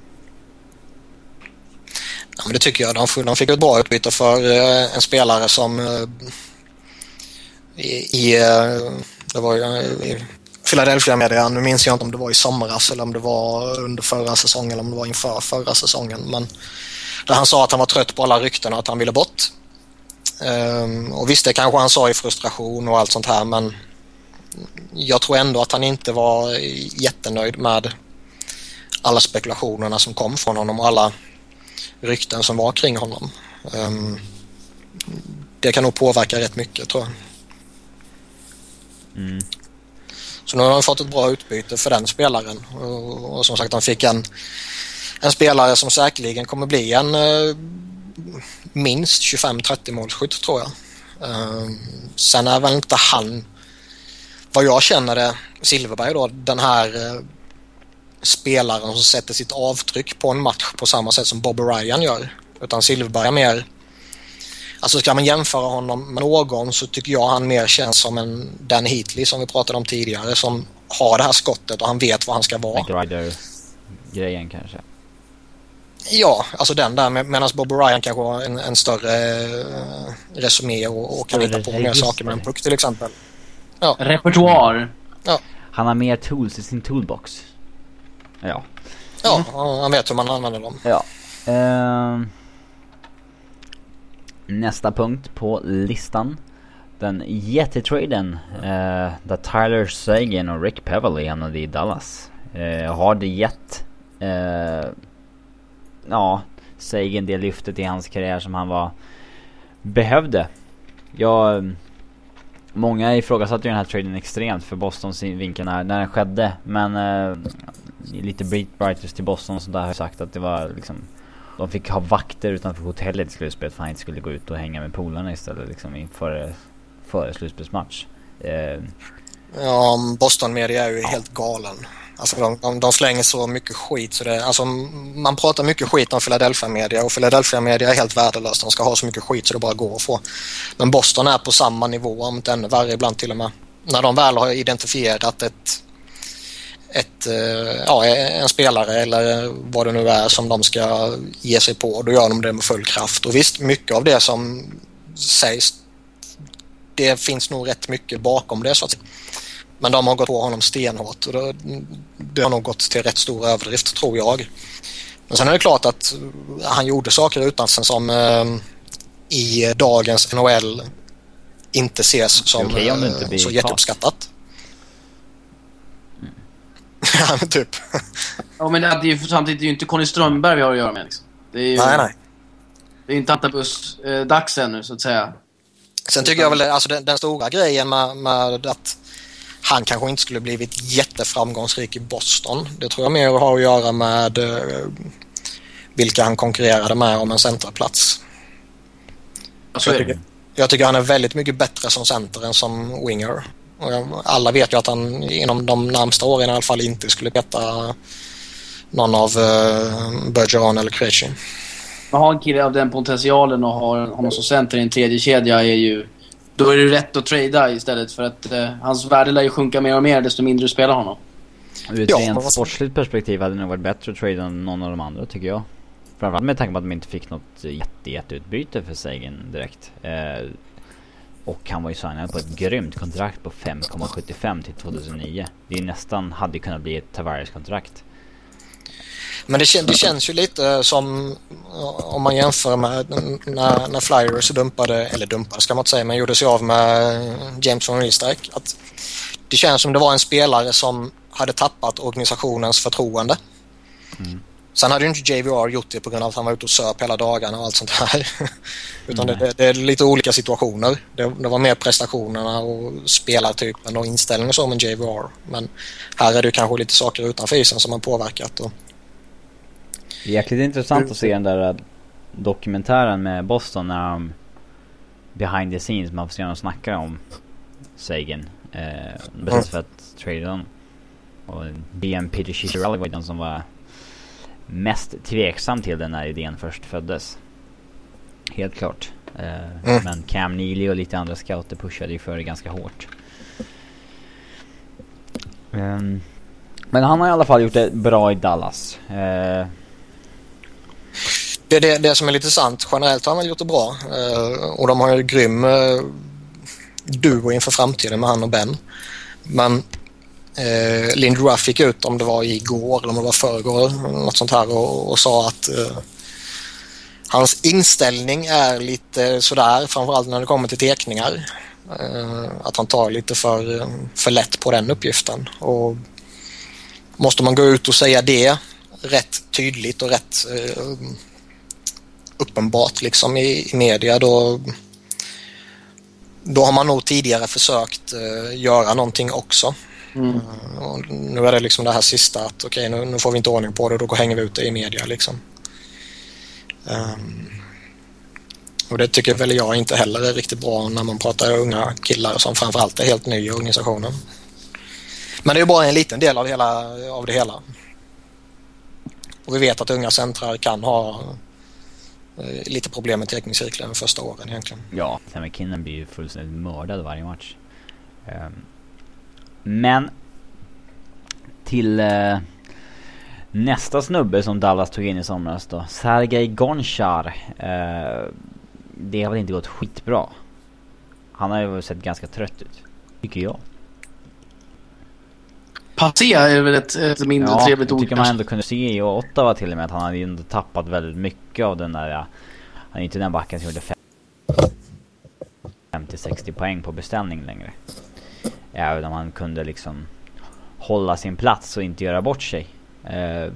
Ja, men det tycker jag. De, de fick ett bra utbyte för uh, en spelare som uh, i, i uh, det var ju uh, i Philadelphia media, nu minns jag inte om det var i somras eller om det var under förra säsongen eller om det var inför förra säsongen, men där han sa att han var trött på alla rykten och att han ville bort. Um, och visst, det kanske han sa i frustration och allt sånt här, men jag tror ändå att han inte var jättenöjd med alla spekulationerna som kom från honom och alla rykten som var kring honom. Um, det kan nog påverka rätt mycket, tror jag. Mm. Så nu har han fått ett bra utbyte för den spelaren. Och, och som sagt, han fick en, en spelare som säkerligen kommer bli en uh, minst tjugofem trettio målskytt, tror jag. Uh, sen är väl inte han, vad jag känner det, Silverberg då, den här uh, spelaren som sätter sitt avtryck på en match på samma sätt som Bobby Ryan gör. Utan Silverberg är mer, alltså ska man jämföra honom med någon, så tycker jag han mer känns som en Dan Heatley som vi pratade om tidigare, som har det här skottet och han vet vad han ska vara. McRider-grejen kanske. Ja, alltså den där, med, medan Bobby Ryan kanske har en, en större uh, resumé och, och kan hitta på mer saker med en puck till exempel. Ja. Repertoar. Ja. Han har mer tools i sin toolbox. Ja. Ja, Mm. han vet hur man använder dem. Ja. Uh, nästa punkt på listan. Den jättetraden uh, där Tyler Seguin och Rick Peverley hamnade i Dallas. Uh, har det gett uh, ja, Seguin det lyftet i hans karriär som han var behövde. Jag många ifrågasatte ju den här traden extremt för Bostons vinkeln när, när den skedde, men uh, lite Breitwriters till Boston och sånt där har sagt att det var liksom, de fick ha vakter utanför hotellet i slutspelet för att han inte skulle gå ut och hänga med polarna istället liksom inför före slutspelsmatch. Uh, Ja, Boston media är ju helt galen. Alltså de, de, de slänger så mycket skit så det, alltså man pratar mycket skit om Philadelphia media och Philadelphia media är helt värdelöst. De ska ha så mycket skit så det bara går att få. Men Boston är på samma nivå, om inte ännu värre ibland till och med. När de väl har identifierat ett, ett ja, en spelare eller vad det nu är som de ska ge sig på, då gör de det med full kraft. Och visst, mycket av det som sägs, det finns nog rätt mycket bakom det så att, men de har gått på honom stenhårt och det, det har nog gått till rätt stor överdrift, tror jag. Men sen är det klart att han gjorde saker utanför som eh, i dagens N H L inte ses som okay, inte eh, så jätteuppskattat. Mm. Ja, men typ. Ja, men det är ju samtidigt är ju inte Conny Strömberg vi har att göra med liksom. Det är ju, nej, nej. Det är inte Antabus eh, dags ännu så att säga. Sen tycker jag väl alltså den, den stora grejen med, med att han kanske inte skulle blivit jätteframgångsrik i Boston. Det tror jag mer har att göra med uh, vilka han konkurrerade med om en centerplats. Så jag, tycker, jag tycker han är väldigt mycket bättre som center än som winger. Och jag, alla vet ju att han inom de närmsta åren i alla fall inte skulle peta någon av uh, Bergeron eller Krejci. Man har en kille av den potentialen och har honom som center i en tredje kedja är ju, då är det rätt att trada istället för att eh, hans värde lär ju sjunka mer och mer desto mindre du spelar honom. Ur ett ja, rent sportsligt perspektiv hade det nog varit bättre att trada än någon av de andra, tycker jag. Framförallt med tanke på att de inte fick något jätte, jätteutbyte för Seguin direkt. Eh, och han var ju signad på ett grymt kontrakt på fem komma sjuttiofem till tjugohundranio. Det är nästan hade kunnat bli ett Tavares-kontrakt. Men det, kän, det känns ju lite som om man jämför med när, när Flyers dumpade, eller dumpade ska man inte säga, men gjorde sig av med James von Riemsdyk, att det känns som det var en spelare som hade tappat organisationens förtroende. Mm. Sen hade ju inte J V R gjort det på grund av att han var ute och söp hela dagarna och allt sånt här. Utan det, det, det är lite olika situationer. Det, det var mer prestationerna och spelartypen och inställningen och så med J V R. Men här är det kanske lite saker utanför isen som har påverkat. Och... Det är jäkligt intressant att se den där dokumentären med Boston när de behind the scenes man får se dem snacka om Seguin. Eh, precis för att trade dem. Och B M Peter Chichirelli var den som var mest tveksam till den här idén först föddes. Helt klart. Eh, mm. Men Cam Neely och lite andra scouter pushade ju för det ganska hårt. Um, men han har i alla fall gjort det bra i Dallas. Eh, Det är det, det som är lite sant. Generellt har han gjort det bra. Uh, och de har ju grym uh, duo inför framtiden med han och Ben. Men uh, Lindy Ruff gick ut, om det var igår eller om det var förrgår, något sånt här, och, och sa att uh, hans inställning är lite sådär, framförallt när det kommer till tekningar. Uh, att han tar lite för, för lätt på den uppgiften. Och måste man gå ut och säga det rätt tydligt och rätt... Uh, uppenbart liksom i, i media, då då har man nog tidigare försökt uh, göra någonting också. Mm. Uh, och nu är det liksom det här sista att okej, okay, nu, nu får vi inte ordning på det, då hänger vi ut det i media liksom. Um, och det tycker väl jag inte heller är riktigt bra när man pratar unga killar som framförallt är helt nya i organisationen. Men det är ju bara en liten del av det hela, av det hela. Och vi vet att unga centrar kan ha lite problem med teckningscirkeln första åren egentligen. Ja, Sam McKinnon blir ju fullständigt mördad varje match. Um, men till uh, nästa snubbe som Dallas tog in i somras då, Sergej Gonchar. Uh, det har väl inte gått skitbra. Han har ju sett ganska trött ut, tycker jag. Passé är väl ett, ett mindre ja, trevligt ord. Tycker man ändå kunde se i Ottawa till och med att han hade ändå tappat väldigt mycket av den där. Ja, han är inte den backen som gjorde femtio sextio poäng på beställning längre. Även om han kunde liksom hålla sin plats och inte göra bort sig. Uh,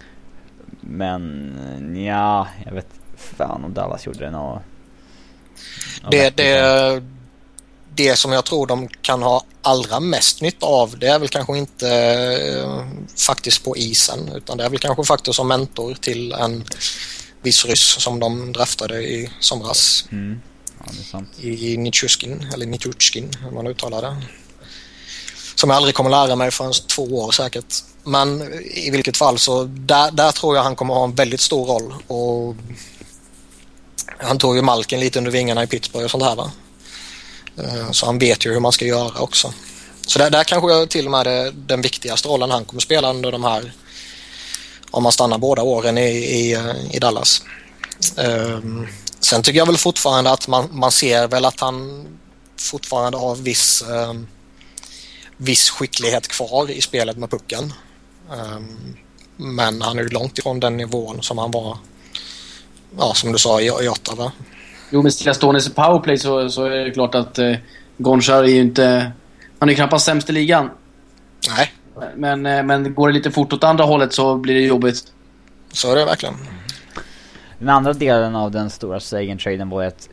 men ja, jag vet fan om Dallas gjorde det nå, nå det det Det som jag tror de kan ha allra mest nytta av, det är väl kanske inte eh, faktiskt på isen, utan det är väl kanske faktiskt som mentor till en viss ryss som de draftade i somras. Mm. Ja, det är sant. I Nichushkin, eller Nichushkin, hur man uttalar det. Som jag aldrig kommer lära mig förrän två år säkert. Men i vilket fall så där, där tror jag han kommer ha en väldigt stor roll. Och han tog ju Malkin lite under vingarna i Pittsburgh och sånt här, va? Så han vet ju hur man ska göra också. Så där, där kanske jag till och med är den viktigaste rollen han kommer spela under de här, om man stannar båda åren i, i, i Dallas. Um, sen tycker jag väl fortfarande att man, man ser väl att han fortfarande har viss, um, viss skicklighet kvar i spelet med pucken. Um, men han är ju långt ifrån den nivån som han var, ja, som du sa, i, i Ottawa. Jo, men stillastående i powerplay så, så är det klart att eh, Gonchar är ju inte... Han är knappast sämst i ligan. Nej. Men, eh, men går det lite fort åt andra hållet så blir det jobbigt. Så är det verkligen. Den andra delen av den stora Seguin-traden var att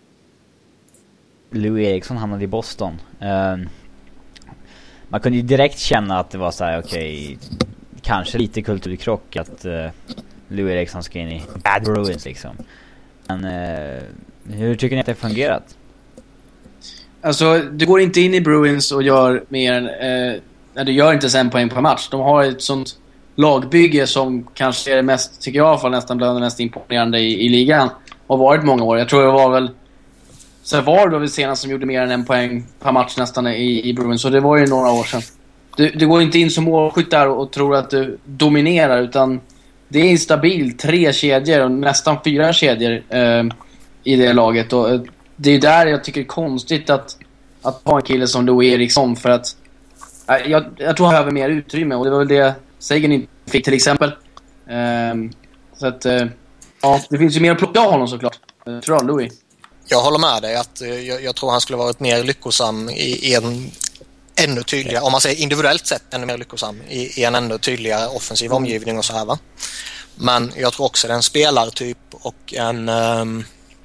Louis Eriksson hamnade i Boston. Uh, man kunde ju direkt känna att det var så här, okej, okay, kanske lite kulturkrock att uh, Louis Eriksson ska in i Bad Bruins liksom. Men uh, hur tycker ni att det har fungerat? Alltså, du går inte in i Bruins och gör mer än... Eh, nej, du gör inte en poäng per match. De har ett sånt lagbygge som kanske är det mest, tycker jag i alla fall, nästan bland det mest imponerande i, i ligan. Och har varit många år. Jag tror det var väl... Så var det väl senast som gjorde mer än en poäng per match nästan i, i Bruins. Så det var ju några år sedan. Du, du går inte in som målskytt där och, och tror att du dominerar, utan det är instabilt. Tre kedjor och nästan fyra kedjor eh, i det laget. Och eh, det är där jag tycker det är konstigt att, att ha en kille som Louis Eriksson, för att äh, jag, jag tror han behöver mer utrymme, och det var väl det Seguin inte fick till exempel. Um, så att uh, ja, det finns ju mer att plocka av honom såklart. Uh, tror jag, Louis. Jag håller med dig att uh, jag, jag tror han skulle varit mer lyckosam i, i en ännu tydligare, om man säger individuellt sett ännu mer lyckosam i, i en ännu tydligare offensiv omgivning och så här, va. Men jag tror också det är en spelartyp och en um,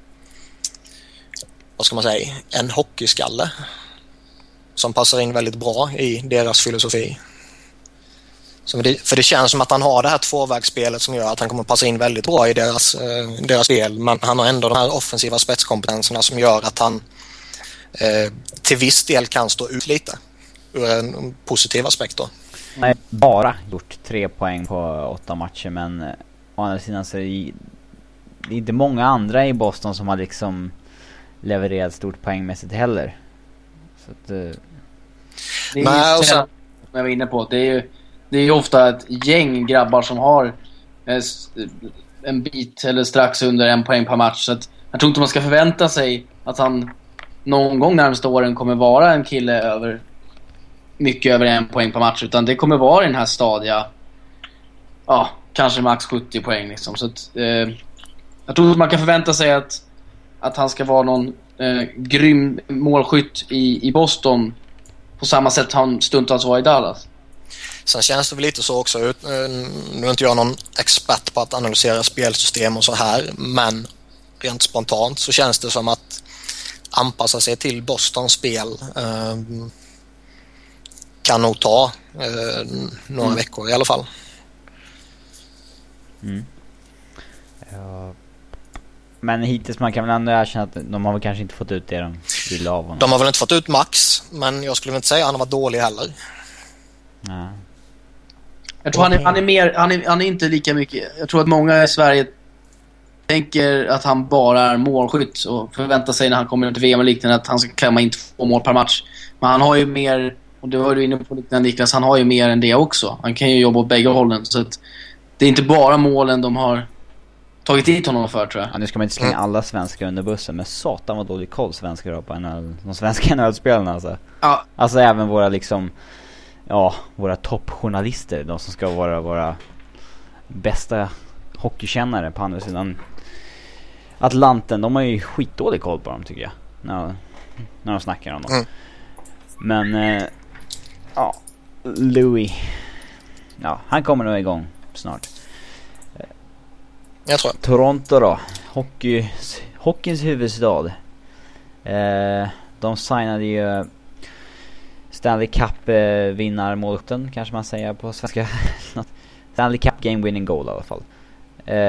vad ska man säga, en hockeyskalle som passar in väldigt bra i deras filosofi. Så det, för det känns som att han har det här tvåvägsspelet som gör att han kommer passa in väldigt bra i deras, eh, deras spel, men han har ändå de här offensiva spetskompetenserna som gör att han eh, till viss del kan stå ut lite ur en positiv aspekt då. Han har bara gjort tre poäng på åtta matcher, men eh, å andra sidan så är det, det är inte många andra i Boston som har liksom levererat stort poängmässigt heller. Så att, eh, det är Nej, och sen, som jag var inne på, det är ju det är ju ofta ett gäng grabbar som har eh, en bit eller strax under en poäng per match. Så att jag tror inte man ska förvänta sig att han någon gång närmaste åren kommer vara en kille över mycket över en poäng per match, utan det kommer vara i den här stadiga, ja, kanske max sjuttio poäng liksom. Så att, eh, jag tror att man kan förvänta sig att, att han ska vara någon eh, grym målskytt i, i Boston på samma sätt han stundtals var i Dallas. sen känns det väl lite så också, ut, nu är inte jag någon expert på att analysera spelsystem och så här, men rent spontant så känns det som att anpassa sig till Bostons spel eh, kan nog ta eh, några mm. veckor i alla fall. Mm. Ja. Men hittills man kan väl ändå erkänna att de har väl kanske inte fått ut det de ville av honom. De har väl inte fått ut max, men jag skulle inte säga att han har varit dålig heller. Ja. Jag tror han är, han är mer han är, han är inte lika mycket. Jag tror att många i Sverige tänker att han bara är målskytt och förväntar sig när han kommer till V M och liknande att han ska klämma in två mål per match. Men han har ju mer, och det var du inne på liknande Niklas, han har ju mer än det också. Han kan ju jobba åt bägge hållen, så att det är inte bara målen de har tagit dit honom för, tror jag. Ja, nu ska man inte slänga alla svenskar under bussen, men satan vad dålig koll svenskar har på N H L, de svenska N H L-spelarna alltså. Ja. Alltså även våra liksom, ja, våra toppjournalister, de som ska vara våra bästa hockeykännare på andra sidan Atlanten, de har ju skitdålig koll på dem, tycker jag, när, när de snackar om dem. Mm. Men eh, ja, Louis, ja, han kommer nog igång snart. Jag tror. Toronto då, hockey, hockeyns huvudstad. Eh, de signade ju Stanley Cup eh, vinnarmålten, kanske man säger på svenska. Stanley Cup game winning goal i alla fall. Eh,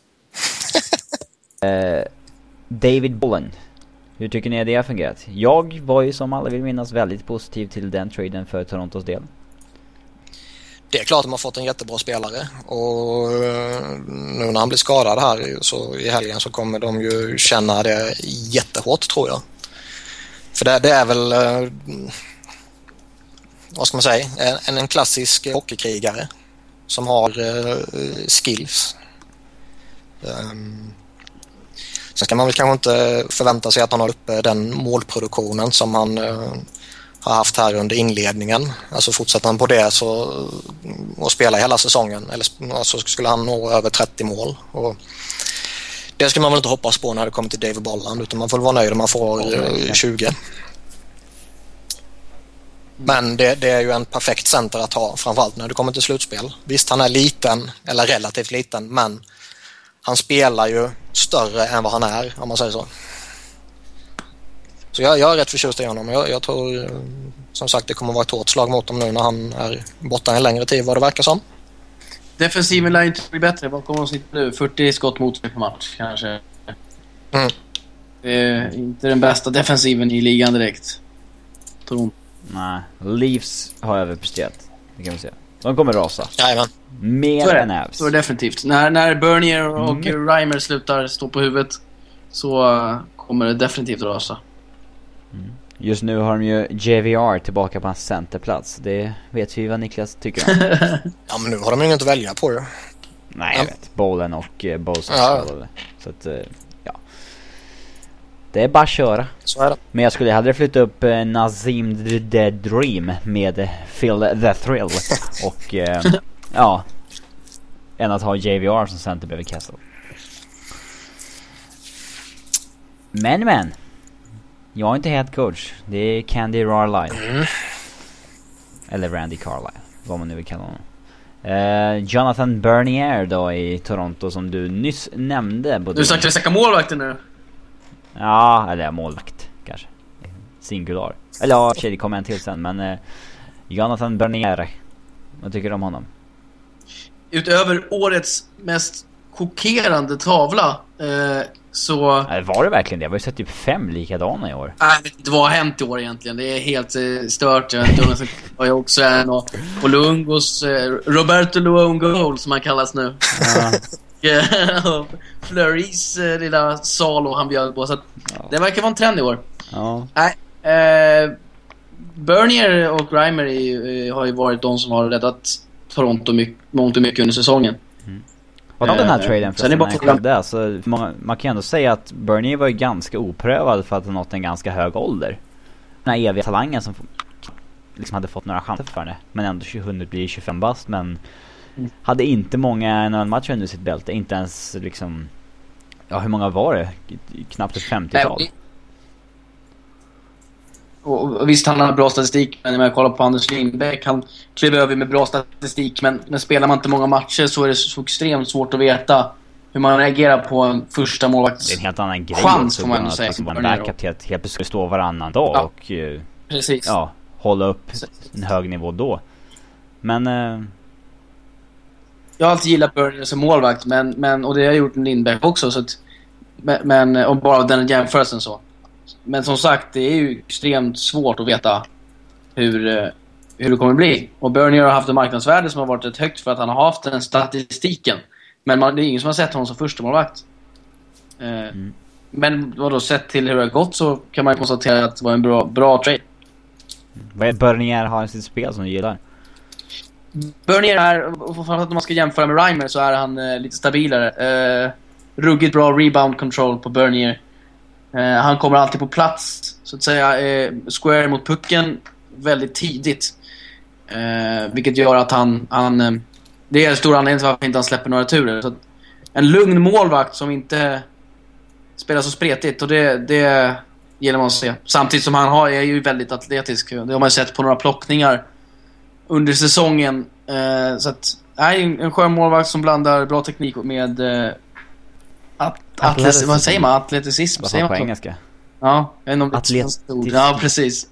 eh, David Bolland. Hur tycker ni att det har fungerat? Jag var ju, som alla vill minnas, väldigt positiv till den traden för Torontos del. Det är klart att de har fått en jättebra spelare, och nu när han blir skadad här så i helgen så kommer de ju känna det jättehårt, tror jag. För det, det är väl, vad ska man säga, en, en klassisk hockeykrigare som har uh, skills. Um, sen ska man väl kanske inte förvänta sig att han har uppe den målproduktionen som han uh, har haft här under inledningen. Alltså fortsätter han på det så, och spela hela säsongen, eller alltså skulle han nå över trettio mål. Och det ska man väl inte hoppas på när det kommer till David Bolland, utan man får vara nöjd om man får uh, tjugo. Men det, det är ju en perfekt center att ha, framförallt när du kommer till slutspel. Visst, han är liten, eller relativt liten, men han spelar ju större än vad han är, om man säger så. Så jag, jag är rätt förtjust i honom. Jag, jag tror, som sagt, det kommer vara ett hårt slag mot dem nu när han är borta en längre tid, vad det verkar som. Defensiven lär inte bli bättre. Vad kommer de sitta nu? fyrtio skott mot sig per match, kanske. Mm. Det är inte den bästa defensiven i ligan direkt. Toronto. Nej, Leafs har överpresterat, det kan vi säga. De kommer rasa. Jajamän. Mer än Avs. Så är det definitivt. När, när Bernier och mm. Reimer slutar stå på huvudet så uh, kommer det definitivt rasa. Mm. Just nu har de ju J V R tillbaka på hans centerplats. Det vet vi vad Niklas tycker om. Ja, men nu har de ju inget att välja på ju. Nej, jag vet. Bowlen och uh, Bolson. Ja. Så att, uh, ja. Det är bara att köra. Så är det. Men jag skulle hellre flytta upp uh, Nazim the Dream med Phil the Thrill och uh, ja, än att ha J V R som center bredvid Kessel. Men men jag är inte head coach. Det är Candy Carlisle. Mm. Eller Randy Carlisle, vad man nu vill kalla honom. Uh, Jonathan Bernier då i Toronto som du nyss nämnde. Du snackar snacka målvakten nu? Ja, eller målvakt kanske. Singular. Eller ja, det kommer en till sen. Men uh, Jonathan Bernier, vad tycker du om honom? Utöver årets mest chockerande tavla eh, så... Nej, var det verkligen det? Vi har ju sett typ fem likadana i år. Nej, det var hänt i år egentligen. Det är helt eh, stört. Jag vet inte, har jag också en. Och, och Luongos, eh, Roberto Luongo som han kallas nu. Ja. Och Flurys eh, lilla Salo han bjöd på. Så att ja. Det verkar vara en trend i år. Ja. Nej, eh, Bernier och Reimer är, eh, har ju varit de som har räddat Toronto mycket, mångt och mycket under säsongen. Mm. Vad var den här traden för bara för det, alltså, man, man kan ändå säga att Bernier var ju ganska oprövad för att han nått en ganska hög ålder. Den här eviga talangen som liksom hade fått några chanser för det, men ändå hunnit bli tjugofem bast, men mm. hade inte många N H L-matcher under sitt bälte, inte ens liksom, ja, hur många var det? Knappt ett femtiotal. Nej, och visst, han har bra statistik, men när jag kollar på Anders Lindbäck, han kliver över med bra statistik, men när spelar man inte många matcher så är det så extremt svårt att veta hur man reagerar på en första målvakts. Det är en helt annan grej chans, får man säga. Alltså, en backup helt, helt plötsligt stå varannan dag ja. och precis. Ja, hålla upp en hög nivå då. Men uh... jag har alltid gillat Bernier som målvakt, men, men, och det har jag gjort med Lindbäck också, så att, men, men om bara den jämförelsen så. Men som sagt, det är ju extremt svårt att veta hur, hur det kommer bli. Och Bernier har haft en marknadsvärde som har varit rätt högt för att han har haft den statistiken. Men man, det är ingen som har sett honom som första målvakt. Eh, mm. Men vad då sett till hur det har gått så kan man konstatera att det var en bra, bra trade. Vad är Bernier har i sitt spel som du gillar? Bernier är, framförallt om man ska jämföra med Reimer, så är han eh, lite stabilare. Eh, ruggigt bra rebound control på Bernier. Uh, han kommer alltid på plats, så att säga, uh, square mot pucken väldigt tidigt. Uh, vilket gör att han, han uh, det är en stor anledning till varför inte han släpper några turer. Så att en lugn målvakt som inte spelar så spretigt, och det, det gillar man att se. Samtidigt som han har, är ju väldigt atletisk. Det har man sett på några plockningar under säsongen. Uh, så att, nej, en, en skön målvakt som blandar bra teknik med uh, At- atletism, vad säger man? Atleticism, vad säger man på engelska? Ja, en om Atletisk. Ja, precis.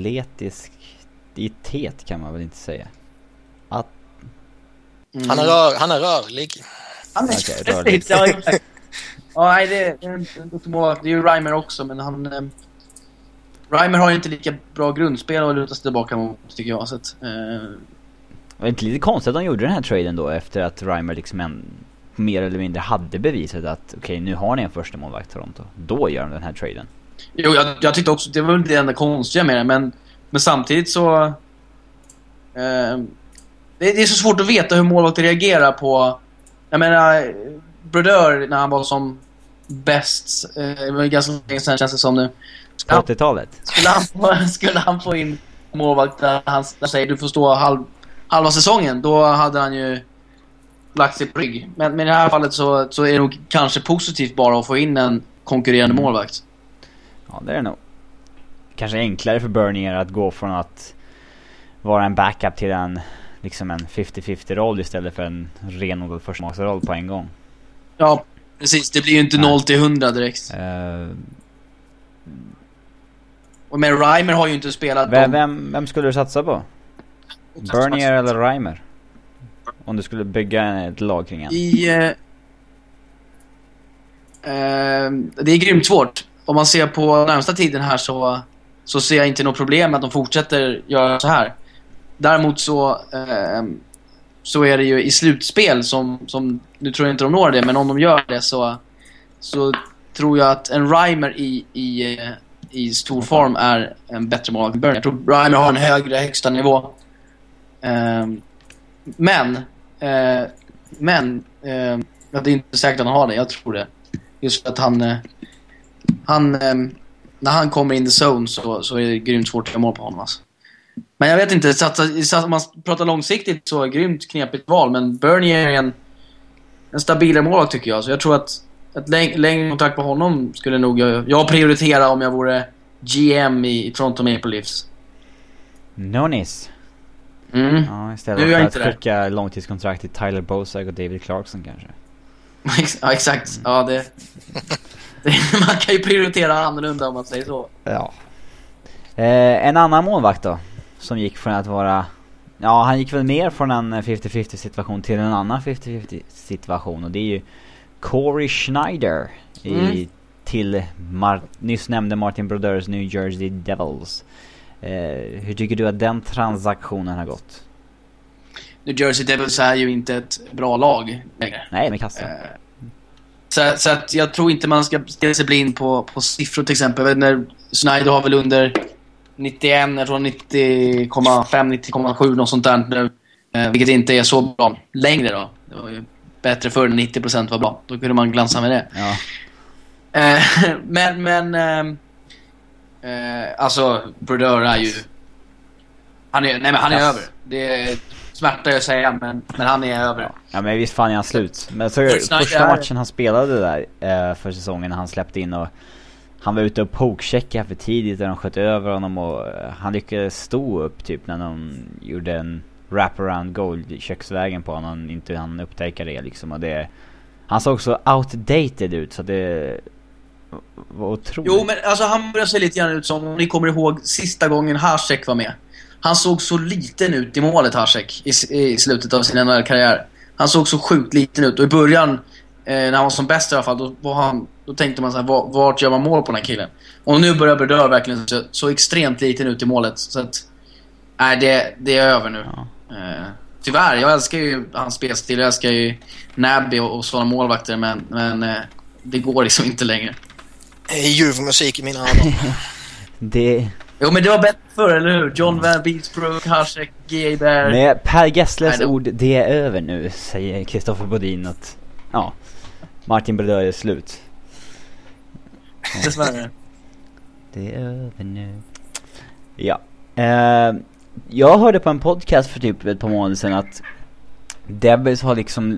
Atletiskhet kan man väl inte säga. At- mm. Han är rör, han är rörlig. Han är okay, rörlig. Ja, exakt. Ja, nej, det är en, det är ju Reimer också, men han eh, Reimer har ju inte lika bra grundspel och lutar sig tillbaka mot, tycker jag, så att, eh, det var inte lite konstigt att de gjorde den här traden då, efter att Reimer liksom en mer eller mindre hade bevisat att okej, okay, nu har ni en första målvakt i Toronto. Då gör de den här traden. Jo, jag, jag tyckte också, det var väl det enda konstiga med det, men, men samtidigt så eh, det, det är så svårt att veta hur målvakter reagerar på, jag menar, Brodeur när han var som bäst, eh, det var ganska länge sedan, känns det som nu. På åttiotalet. Skulle han få, skulle han få in målvakt där han där säger du får stå halv, halva säsongen, då hade han ju lagt sig på rygg. Men, men i det här fallet så, så är det nog kanske positivt bara att få in en konkurrerande mm. målvakt. Ja, det är det nog. Kanske enklare för Bernier att gå från att vara en backup till en liksom en femtio-femtio-roll istället för en renodlad förstamålsroll på en gång. Ja, precis. Det blir ju inte noll till hundra direkt. Uh, Och men Reimer har ju inte spelat... Vem, vem, vem skulle du satsa på? Bernier eller Reimer? Om du skulle bygga ett lag kring en. I, uh, uh, det är grymt svårt. Om man ser på närmsta tiden här så, så ser jag inte något problem med att de fortsätter göra så här. Däremot så, uh, så är det ju i slutspel som, som, nu tror jag inte de når det, men om de gör det så, så tror jag att en Reimer i, i, i stor form är en bättre mål än Bernier. Jag tror Reimer har en högre högsta nivå. Uh, men uh, men uh, det är inte säkert att han har det, jag tror det. Just för att han uh, han uh, när han kommer in the zone så, så är det grymt svårt att göra mål på honom alltså. Men jag vet inte, satsa, om man pratar långsiktigt så är det grymt knepigt val, men Bernier är en, en stabilare mål tycker jag. Så jag tror att ett läng- längre kontrakt på honom skulle nog jag, jag prioritera om jag vore G M i, i Toronto Maple Leafs. Nonis. Mm. Ja, istället för att skicka långtidskontrakt till Tyler Bozak och David Clarkson kanske. Ja, exakt. Mm. Ja, det, det man kan ju prioritera annorlunda om man säger så. Ja. Eh, en annan målvakt då, som gick från att vara... Ja, han gick väl mer från en fifty-fifty situation till en annan fifty-fifty situation. Och det är ju Corey Schneider i, mm. till Mar- nyss nämnde Martin Brodeurs New Jersey Devils. Eh, hur tycker du att den transaktionen har gått? New Jersey Devils är ju inte ett bra lag längre. Nej, med kassa. Eh, så, så att jag tror inte man ska ställa sig blind på, på siffror till exempel. När Schneider har väl under nittioen, jag tror nittio komma fem, nittio komma sju något sånt där nu, eh, vilket inte är så bra längre då. Det var ju bättre förr när nittio procent var bra. Då kunde man glansa med det. Ja. Eh, men men eh, eh, alltså Brodeur är ju han är nej men han är yes. över. Det är smärta jag säga men men han är över. Ja, ja men visst fan är han slut. Men så första matchen han spelade där eh, för säsongen när han släppte in och han var ute och pokecheckade för tidigt och de sköt över honom och han lyckades stå upp typ när de gjorde en wraparound goal i köksvägen på honom, inte han upptäckte det liksom, och det han såg så outdated ut så det var otroligt. Jo men alltså han började se lite grann ut som, om ni kommer ihåg sista gången Hasek var med. Han såg så liten ut i målet, Hasek, i, i slutet av sin N H L-karriär. Han såg så sjukt liten ut och i början eh, när han var som bäst i alla fall, då var han Då tänkte man så här, vart gör man mål på den här killen? Och nu börjar Brodeur verkligen så, så extremt liten ut i målet. Så att, nej, det, det är över nu. Ja. Uh, tyvärr, jag älskar ju hans spelstil. Jag älskar ju Nabby och, och sådana målvakter. Men, men uh, det går liksom inte längre. Det är ljuv musik i mina öron. det... Jo, men det var bättre förr, eller hur? John Van Beesbrook, Hasek, G A Bear. Med Per Gessles det... ord, det är över nu, säger Kristoffer Bodin att ja, Martin Brodeur är slut. Dessvärre. Det är över nu. Ja. Eh, jag hörde på en podcast för typ ett par månader sedan att Devils har liksom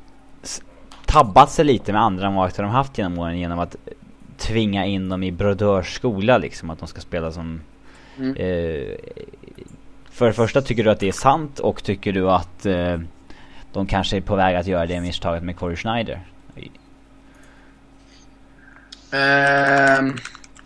tabbat sig lite med andra målvakter de haft genom åren genom att tvinga in dem i Brodeurs skola liksom, att de ska spela som mm. eh, för det första, tycker du att det är sant och tycker du att eh, de kanske är på väg att göra det misstaget med Corey Schneider? Uh,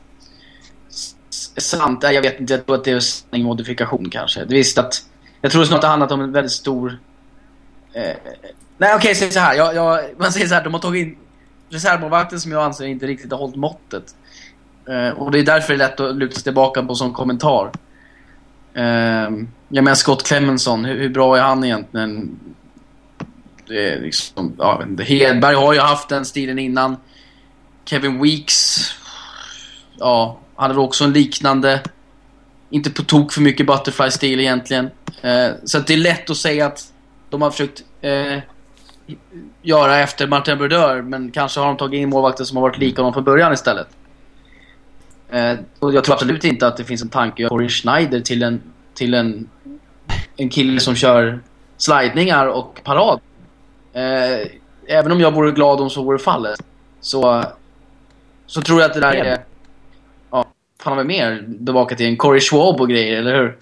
sant, jag vet inte, jag tror att det är en modifikation kanske. Det visst att jag tror snart det handlat om en väldigt stor uh, nej okej, okay, säg så här. Jag, jag, man säger så här, de har tagit in reservmålvakten som jag anser inte riktigt har hållit måttet. Uh, och det är därför det är lätt att luta sig tillbaka på sån kommentar. Uh, jag menar Scott Clemmenson, hur, hur bra är han egentligen? Det är liksom, ja, Hedberg har ju haft den stilen innan. Kevin Weeks, ja, hade väl också en liknande, inte på tok för mycket butterfly-stil egentligen. Eh, så att det är lätt att säga att de har försökt eh, göra efter Martin Brodeur, men kanske har de tagit in målvakter som har varit lika dem från början istället. Eh, och jag tror absolut inte att det finns en tanke att göra Corey Schneider till en, till en, en kille som kör slidningar och parad. Eh, även om jag vore glad om så vore fallet, så så tror jag att det där är, ja, fan har vi mer tillbaka till en Corey Schwab och grejer, eller hur?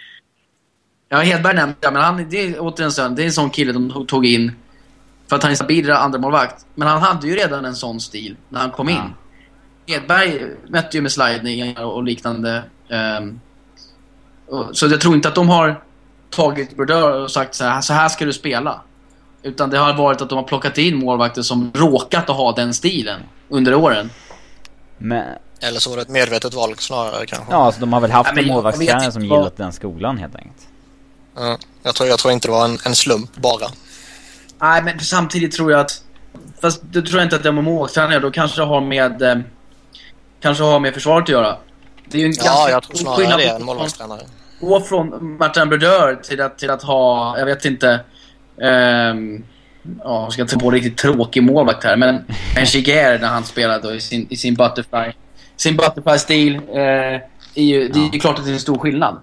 Ja, Hedberg nämnde, ja, men han, det är återigen så, det är en sån kille de tog in för att han är stabil andra målvakt. Men han hade ju redan en sån stil när han kom in. Ja. Hedberg mätte ju med slidningar och liknande. Um, och, så jag tror inte att de har tagit Brodeur och sagt så här, så här ska du spela. Utan det har varit att de har plockat in målvakter som råkat att ha den stilen under åren. Men... Eller så var det ett medvetet val snarare kanske. Ja, alltså de har väl haft ja, en målvaktstränare som gillat vad... den skolan helt enkelt. Ja, jag tror, jag tror inte det var en, en slump bara. Nej, men samtidigt tror jag att... Fast det tror jag inte att det är med målvaktstränare. Då kanske det har med... Eh, kanske har med försvaret att göra. Det är ju en ja, jag tror snarare det är en målvaktstränare. Gå från Martin Brodeur till att, till att ha... Jag vet inte... Um, ja, jag ska inte på riktigt tråkig målvakt här, men en Shiger när han spelade då i sin, i sin butterfly sin butterfly-stil eh, är ju, det är ju klart att det är en stor skillnad,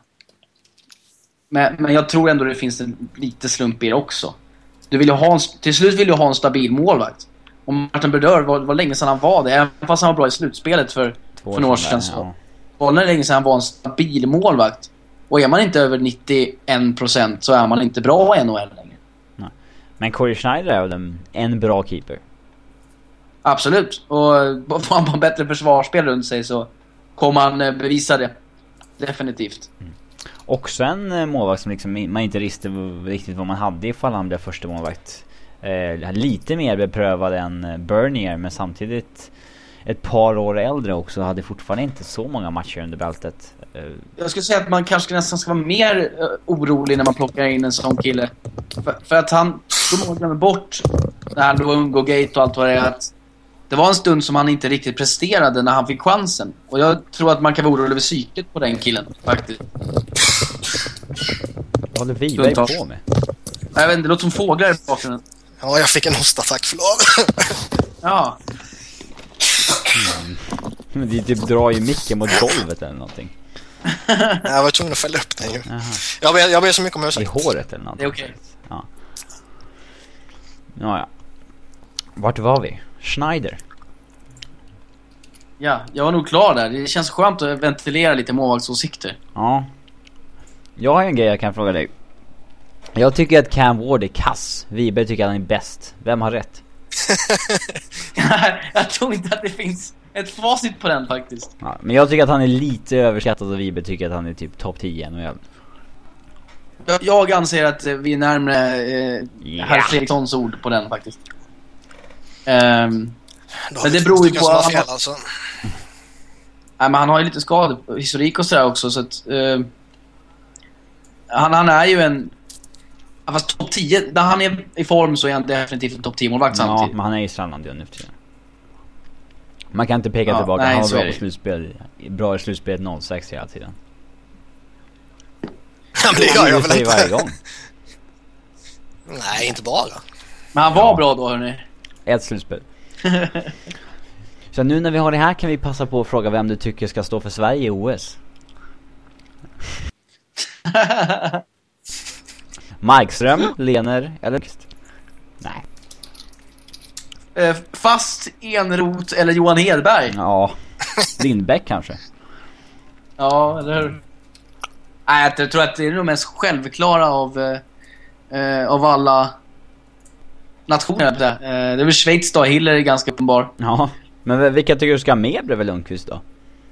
men, men jag tror ändå det finns en lite slump i det också. Du vill ju ha en, till slut vill du ha en stabil målvakt. Och Martin Brodeur var, var länge sedan han var det, även fast han var bra i slutspelet för, för några år sedan, så ja. Var det länge sedan han var en stabil målvakt. Och är man inte över nittioen procent så är man inte bra i N H L längre. Nej. Men Corey Schneider är väl en, en bra keeper? Absolut. Och får han en bättre försvarsspel runt sig så kommer han bevisa det. Definitivt. Mm. Också en målvakt som liksom man inte visste riktigt vad man hade ifall han blev första målvakt. Eh, lite mer beprövad än Bernier, men samtidigt ett par år äldre också, hade fortfarande inte så många matcher under bältet. Eh. Jag skulle säga att man kanske nästan ska vara mer uh, orolig när man plockar in en sån kille. För, för att han då glömmer bort det här Luongo-gate och allt vad det är, att det var en stund som han inte riktigt presterade när han fick chansen. Och jag tror att man kan vara orolig över psyket på den killen, faktiskt. Vad håller Wiberg på med? Jag vet inte, det låter som fåglar i bakgrunden. Ja, jag fick en hostattack, förlåt. Ja. Mm. Men det typ drar ju micken mot golvet eller någonting. Jag var tvungen att fälla upp den ju. Jag ber, jag ber så mycket om ursäkt. I håret eller någonting. Det är okej. Okay. Ja. Ja, ja. Vart var vi? Schneider. Ja, jag var nog klar där. Det känns skönt att ventilera lite målvaktsåsikter. Ja. Jag har en grej jag kan fråga dig. Jag tycker att Cam Ward är kass. Wiberg tycker att han är bäst. Vem har rätt? Jag tror inte att det finns ett facit på den faktiskt. Ja, men jag tycker att han är lite överskattad och Wiberg tycker att han är typ topp tio i N H L. Jag, jag anser att vi är närmare eh, yeah. herr Fredrikssons ord på den faktiskt. Um, men det beror ju på att fel, alltså. Nej, men han har ju lite skadehistorik och sådär också, så att uh, han, han är ju en, fast topp tio, när han är i form så är han definitivt en topp tio målvakt ja, samtidigt. Men han är ju sällan det nu för tiden. Man kan inte peka ja, tillbaka. Nej, han var bra på slutspel, bra i slutspelet noll sex hela tiden. Ja, men det gör jag väl inte varje gång. Nej, inte bara. Men han var ja. bra då, hörni. Ett slutspel. Så nu när vi har det här kan vi passa på att fråga vem du tycker ska stå för Sverige i O S. Markström, Lener eller nej. Eh, fast Enroth eller Johan Hedberg. Ja. Lindbäck kanske. Ja, eller hur? Nej, jag tror att det är det mest självklara av eh, av alla nationer. Eh, det är väl Schweiz då, Hiller är ganska uppenbar. Ja, men vilka tycker du ska med bredvid Lundqvist då?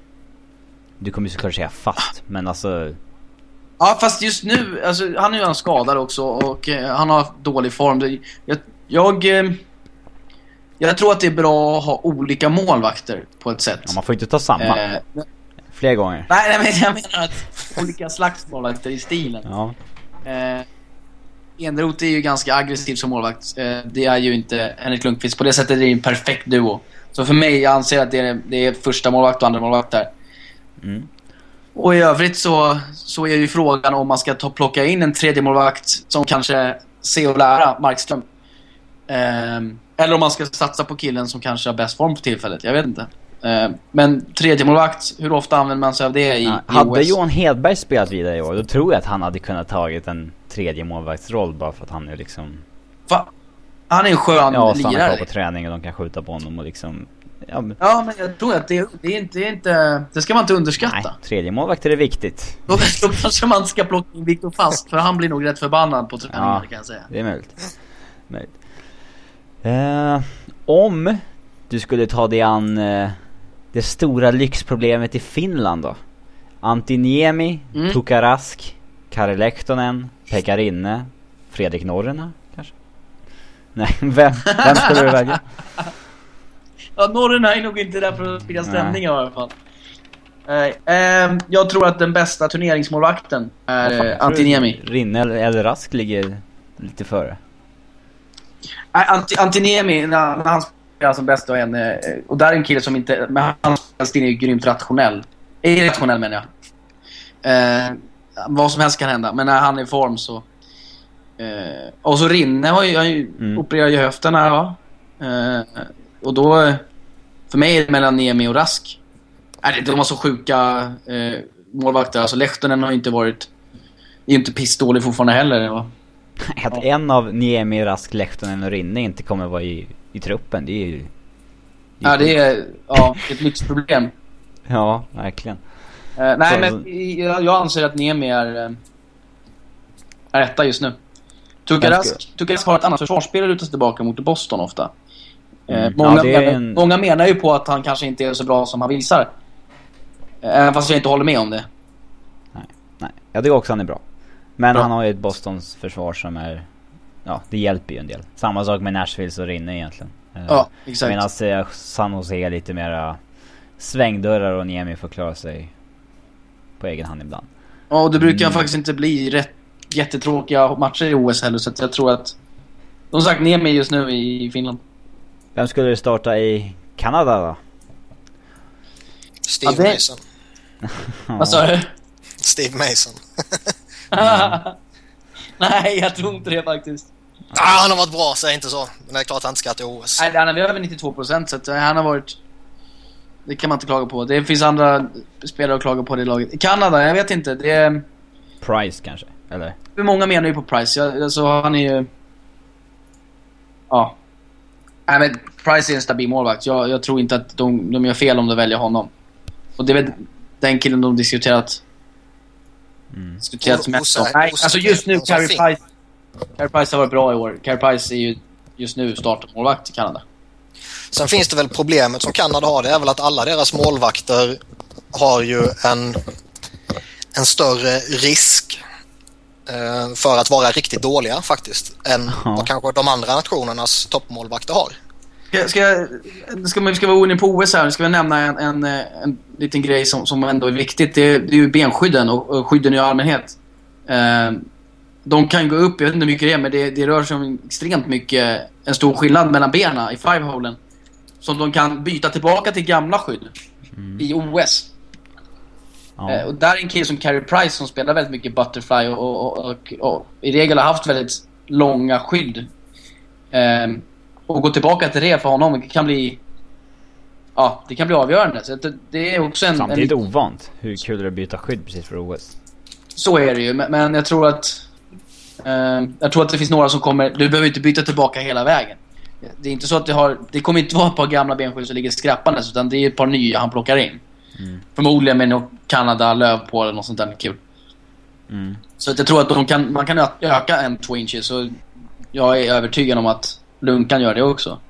Du kommer ju såklart säga fast, men alltså... Ja, fast just nu, alltså, han är ju en skadad också och eh, han har dålig form. Jag, jag, eh, jag tror att det är bra att ha olika målvakter på ett sätt. Ja, man får inte ta samma. Eh, Fler gånger. Nej, nej, jag menar att olika slags målvakter i stilen. Ja. Eh, Enroth är ju ganska aggressiv som målvakt. Eh, det är ju inte Henrik Lundqvist. På det sättet är det en perfekt duo. Så för mig, jag anser att det är, det är första målvakt och andra målvakt där. Mm. Och i övrigt så, så är ju frågan om man ska ta, plocka in en tredje målvakt som kanske ser och lära Markström. Eh, eller om man ska satsa på killen som kanske har bäst form på tillfället. Jag vet inte. Eh, men tredje målvakt, hur ofta använder man sig av det i, ja, i hade O S? Johan Hedberg spelat vidare i år, då tror jag att han hade kunnat tagit en tredje målvaktsroll bara för att han är liksom... Va? Han är en skön ja, lirare. Ja, på träning och de kan skjuta på honom och liksom... Ja, men, ja, men jag tror att det, det, är inte, det är inte... Det ska man inte underskatta. Nej, tredje målvakter är viktigt. Då, då kanske man ska plocka in Viktor Fast, för han blir nog rätt förbannad på träningen, ja, kan jag säga. Det är möjligt. möjligt. Uh, om du skulle ta dig an uh, det stora lyxproblemet i Finland då. Antti Niemi, mm. Tuukka Rask, Kari Lehtonen, Pekka Rinne, Fredrik Norrena kanske? Nej, vem, vem skulle du välja? Ja, Norrena är nog inte där för att sprida stämning i alla fall. Eh, eh, jag tror att den bästa turneringsmålvakten är eh, Antti Niemi. Rinne eller, eller Rask ligger lite före. Eh, Antti, Antti Niemi, när, när han spelar som bästa och en, eh, och där är en kille som inte, men hans stil är grymt rationell. Irrationell menar jag. Eh, vad som helst kan hända, men när han är i form så... Eh, och så Rinne har ju, har ju mm. opererat i höften här, va? Eh, och då... För mig är det mellan Niemi och Rask. Nej, de var så sjuka eh, målvakter. Alltså Lehtonen har inte varit... är inte pissdålig fortfarande heller, va? Att ja. en av Niemi, Rask, Lehtonen och Rinne inte kommer vara i, i truppen, det är ju... Det är ja, det är ja, ett lyxproblem. Ja, verkligen. nej, Så- men jag, jag anser att Niemi är, eh, är etta just nu. Tukarask Tukarask har ett annat försvarsspel att luta sig tillbaka mot Boston ofta. Eh, Mm. många, Ja, det är menar, en- många menar ju på att han kanske inte är så bra som han visar. Eh, Även fast jag inte håller med om det. Nej, jag tycker också han är bra. Men Bra. han har ju ett Bostons försvar som är... Ja, det hjälper ju en del. Samma sak med Nashville så rinner egentligen. Eh, Ja, exakt. Medan eh, San Jose är lite mera svängdörrar och Niemi får klara sig på egen hand ibland. Ja, och det brukar Mm. faktiskt inte bli rätt jättetråkiga matcher i O S heller, så att jag tror att... De sagt Niemi just nu i Finland. Vem skulle starta i Kanada då? Steve Ja, det- Mason. Vad sa du? Steve Mason. Nej, jag tror inte det faktiskt. Ah, han har varit bra, säg inte så. Men det är klart han inte ska till O S. Nej, han är över nittiotvå procent, så att han har varit... Det kan man inte klaga på. Det finns andra spelare att klaga på det laget. I Kanada, jag vet inte. Det är... Price kanske, eller? Hur många menar ju på Price? Jag, alltså, han är ju... Ja. Nej, men Price är en stabil målvakt. Jag, jag tror inte att de, de gör fel om de väljer honom. Och det är väl den killen de diskuterat... Mm. Diskuterat Osa- mest om. osa- Nej, alltså just nu, osäkerheten som Carey finns. Price... Carey Price har varit bra i år. Carey Price är ju just nu startmålvakt i Kanada. Sen finns det väl problemet som Kanada har, det är väl att alla deras målvakter har ju en, en större risk eh, för att vara riktigt dåliga faktiskt än Ja. vad kanske de andra nationernas toppmålvakter har. Ska, ska, jag- ska, man, ska vi gå in på O S här? Nu ska vi nämna en, en, en liten grej som, som ändå är viktigt. Det är, det är ju benskydden och, och skydden i allmänhet. Eh, de kan gå upp, jag vet inte hur mycket det är, men det, det rör sig om extremt mycket, en stor skillnad mellan benen i five-holen. Som de kan byta tillbaka till gamla skydd i O S. Ja. Eh, och där är en kille som Carey Price som spelar väldigt mycket butterfly och, och, och, och, och i regel har haft väldigt långa skydd. Eh, och gå tillbaka till det för honom kan bli... Ja, det kan bli avgörande. Så det, det är också en... Samtidigt en, ovant. Hur kul är det att byta skydd precis för O S? så är det ju, men, men jag tror att... Eh, jag tror att det finns några som kommer... Du behöver inte byta tillbaka hela vägen. Det är inte så att det har... Det kommer inte vara ett par gamla benskydd som ligger skrappandes, utan det är ett par nya han plockar in. Mm. Förmodligen med något Kanada löv på eller något sånt där kul. Mm. Så att jag tror att de kan, man kan öka en två inches. Så jag är övertygad om att Lunkan gör det också.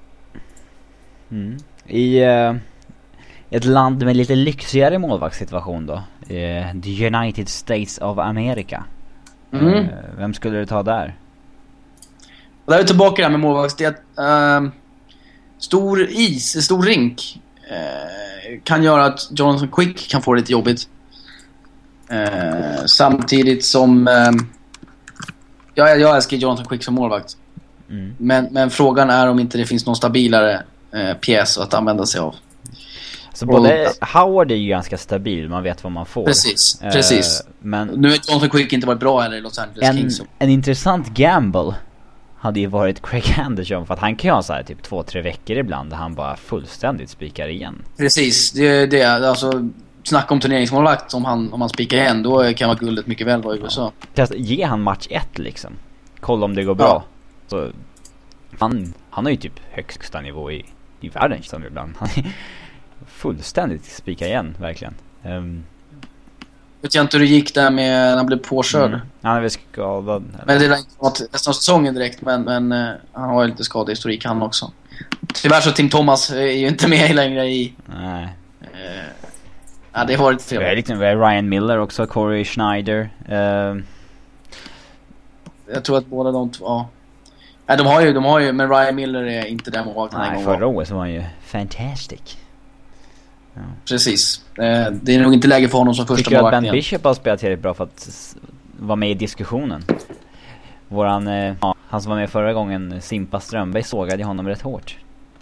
Mm. I eh, ett land med lite lyxigare målvaktssituation då, eh, the United States of America. Mm. Eh, vem skulle du ta där? Och där är vi tillbaka där med målvakts. Det är att, eh, stor is, stor rink eh, kan göra att Jonathan Quick kan få det lite jobbigt. Eh, samtidigt som eh, jag, jag älskar Jonathan Quick som målvakt. Mm. Men, men frågan är om inte det finns någon stabilare eh, pjäs att använda sig av. Så både Howard är ju ganska stabil, man vet vad man får. Precis, Eh, precis. Men Nu har Jonathan Quick inte varit bra heller i Los Angeles en, Kings. en intressant gamble hade ju varit Craig Anderson, för att han kan ju ha så här typ två, tre veckor ibland där han bara fullständigt spikar igen. Precis, det, det är alltså snacka om turneringsmålvakt om han, om han spikar igen, då kan vara guldet mycket väl vara i U S A. Testa, ge han match ett liksom. Kolla om det går bra. Ja. Så, han, han har ju typ högsta nivå i, i världen som ibland. Han är fullständigt spikar igen, verkligen. Um, Vet jag inte hur det gick där med när han blev påkörd. mm, han är väl skadad. Men det är inte något nästan säsongen direkt, men, men uh, han har ju lite skadehistorik han också. Tyvärr så Tim Thomas är ju inte med längre i... Nej. Uh, ja, det har varit Vi har trevligt. lite, vi har Ryan Miller också, Corey Schneider. Uh, Jag tror att båda de två... Ja. Nej, de har ju, de har ju, men Ryan Miller är inte den målvakten en nej, gång förra var. året så var han ju fantastic. Precis. Uh, det är nog inte läge för honom som första Tycker att målvakt Ben igen. Bishop har spelat tillräckligt bra för att s- vara med i diskussionen. Våran, eh, ja, han som var med förra gången, Simpa Strömberg, sågade honom rätt hårt.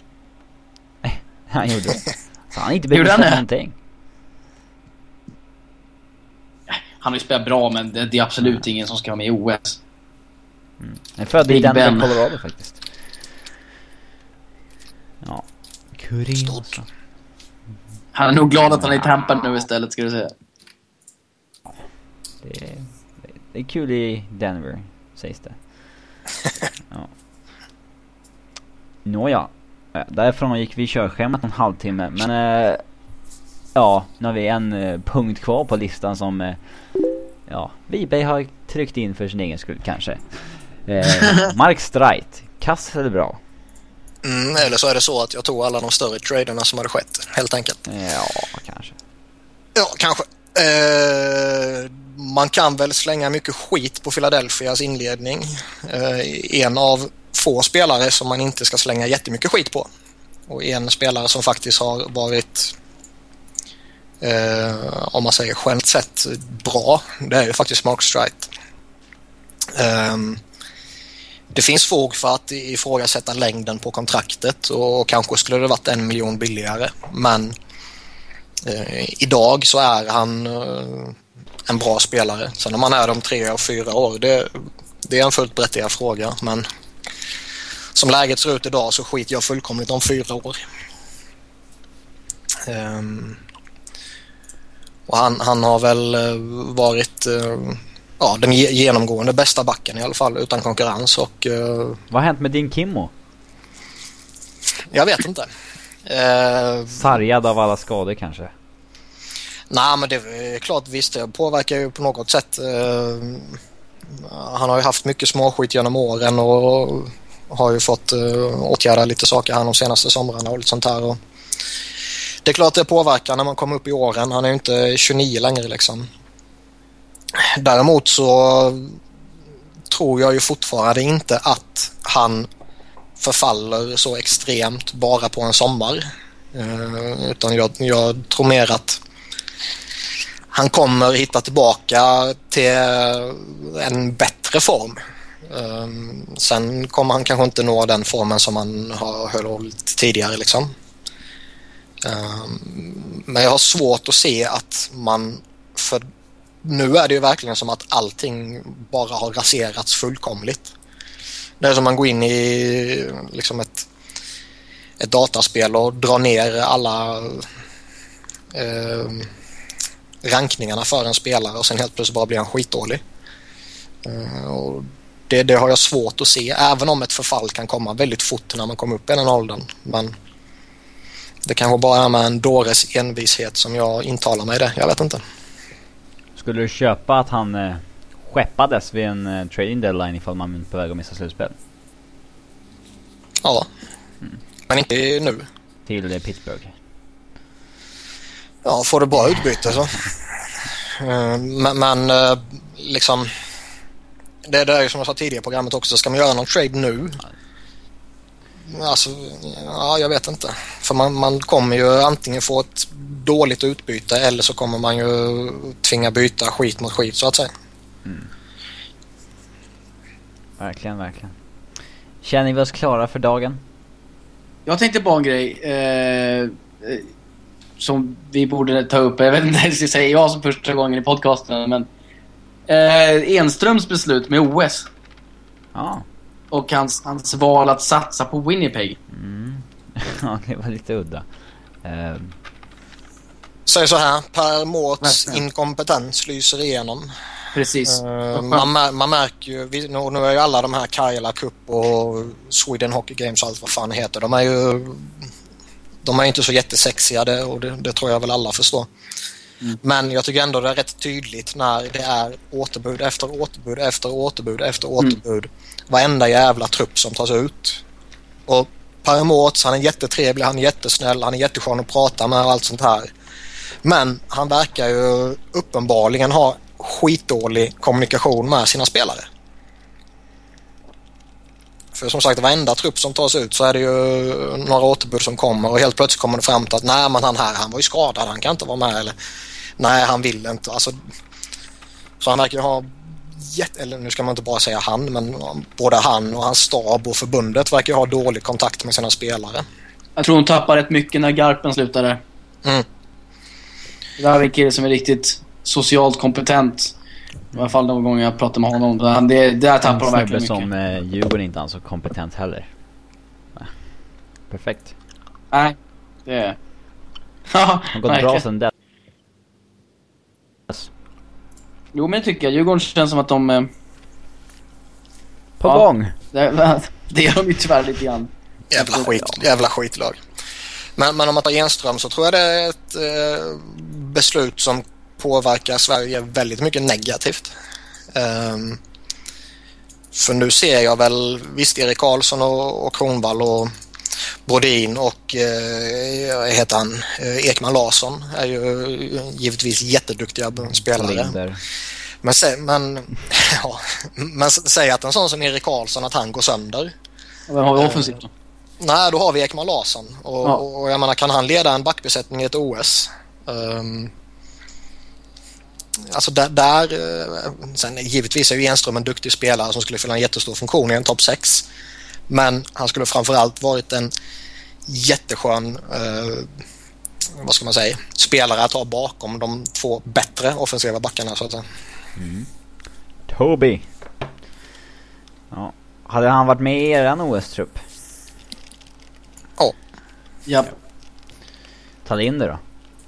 Eh, han gjorde det. Så han har inte Gjorde bevisat han det? någonting. Han har ju spelat bra, men det, det är absolut ingen som ska vara med i O S. Han är född i Big Denver, Ben. Colorado faktiskt. Ja. Kuriosa. Stort. Han är nog glad att han är i Tampa nu istället, ska du säga. Det är, det är kul i Denver, sägs det. Ja. Nåja. Eh, Därifrån gick vi körschemat en halvtimme. Men eh, ja, nu har vi en uh, punkt kvar på listan som uh, ja, Viberg har tryckt in för sin egen skull kanske. Uh, Mark Streit, kass eller bra? Mm, eller så är det så att jag tog alla de större traderna som hade skett, helt enkelt. Ja, kanske. Ja, kanske. Uh, man kan väl slänga mycket skit på Philadelphias inledning. Uh, en av få spelare som man inte ska slänga jättemycket skit på. Och en spelare som faktiskt har varit uh, om man säger generellt sett bra, det är ju faktiskt Mark Streit. Um, det finns fog för att ifrågasätta längden på kontraktet och kanske skulle det varit en miljon billigare, men uh, idag så är han uh, en bra spelare. Sen om man är de tre och fyra år, det, det är en fullt berättigad fråga, men som läget ser ut idag så skiter jag fullkomligt om fyra år. Um, och han, han har väl varit uh, ja, den genomgående bästa backen i alla fall, utan konkurrens. Och uh, vad har hänt med din Kimmo? Jag vet inte. Uh, Sargad av alla skador kanske? Nej, men det är klart, visst, det påverkar ju på något sätt. Uh, han har ju haft mycket småskit genom åren och har ju fått uh, åtgärda lite saker här de senaste somrarna och lite sånt här. Och det är klart det påverkar när man kommer upp i åren. Han är ju inte tjugonio längre liksom. Däremot så tror jag ju fortfarande inte att han förfaller så extremt bara på en sommar. Uh, utan jag, jag tror mer att han kommer hitta tillbaka till en bättre form. Um, sen kommer han kanske inte nå den formen som han har hållit tidigare liksom. Um, men jag har svårt att se att man, för nu är det ju verkligen som att allting bara har raserats fullkomligt. Det är som man går in i liksom ett, ett dataspel och drar ner alla um, rankningarna för en spelare och sen helt plötsligt bara blir han skitdålig. Uh, och det, det har jag svårt att se, även om ett förfall kan komma väldigt fort när man kommer upp i den åldern. Men det kanske bara är med en dåres envishet som jag intalar mig det. Jag vet inte. Skulle du köpa att han eh, skeppades vid en eh, trading deadline ifall man är på väg att missa slutspel? Ja, mm. Men inte nu. Till eh, Pittsburgh? Ja, får det bra utbyte så. uh, men men uh, liksom det, det är ju som jag sa tidigare i programmet också, ska man göra någon trade nu? Alltså, ja, jag vet inte. För man, man kommer ju antingen få ett dåligt utbyte eller så kommer man ju tvinga byta skit mot skit så att säga. Mm. Verkligen, verkligen. Känner vi oss klara för dagen? Jag tänkte bara en grej eh, eh, som vi borde ta upp. Jag vet inte om jag säger jag som första gången i podcasten, men eh, Enströms beslut med O S. Ja. Och hans, hans val att satsa på Winnipeg. Mm. Ja, det var lite udda. Uh. Säg så här, Per Mårts inkompetens lyser igenom. Precis. Uh, man, man märker ju, vi, nu, nu är ju alla de här Karjala Cup och Sweden Hockey Games och allt vad fan heter. De är ju de är inte så jättesexiga, det, och det, det tror jag väl alla förstår. Mm. Men jag tycker ändå det är rätt tydligt när det är återbud efter återbud efter återbud efter återbud. Mm. Varenda jävla trupp som tas ut. Och Per Mårts, han är jättetrevlig, han är jättesnäll, han är jätteskön att prata med och allt sånt här. Men han verkar ju uppenbarligen ha skitdålig kommunikation med sina spelare. För som sagt, varenda trupp som tas ut så är det ju några återbud som kommer och helt plötsligt kommer det fram till att nej, men han här, han var ju skadad, han kan inte vara med, eller nej, han vill inte. Alltså, så han verkar ha jätte, eller nu ska man inte bara säga han, men både han och hans stab och förbundet verkar ha dålig kontakt med sina spelare. Jag tror hon tappar rätt mycket när Garpen slutade. Mm. Det här är en kille som är riktigt socialt kompetent. I alla fall de gånger jag pratar med honom. Det, det här tappar de verkligen mycket. Som eh, Djurgården inte är så kompetent heller. Nej. Perfekt. Nej, det är... Han har gått bra sen dess. Jo, men jag tycker Djurgården känns som att de... Eh... På ja, gång. Det, det är de ju tyvärr lite grann. Jävla skit, jävla skitlag. Men, men om man tar Enström så tror jag det är ett eh, beslut som påverkar Sverige väldigt mycket negativt. Um, för nu ser jag väl visst Erik Karlsson och, och Kronwall och Brodin och eh, heter han eh, Ekman Larsson är ju givetvis jätteduktiga spelare. Linder. Men, sä, men, ja, men säg att en sån som Erik Karlsson att han går sönder. Vem har vi offensivt då? Nej, då har vi Ekman Larsson och, Ja. och jag menar, kan han leda en backbesättning i ett O S? Um, alltså där, där sen givetvis är ju Enström en duktig spelare som skulle fylla en jättestor funktion i en topp sex, men han skulle framförallt varit en jätteskön uh, vad ska man säga, spelare att ha bakom de två bättre offensiva backarna så att säga. Mm. Toby. Ja. Hade han varit med i eran O S-trupp? Ja. Ja. Ta in det då.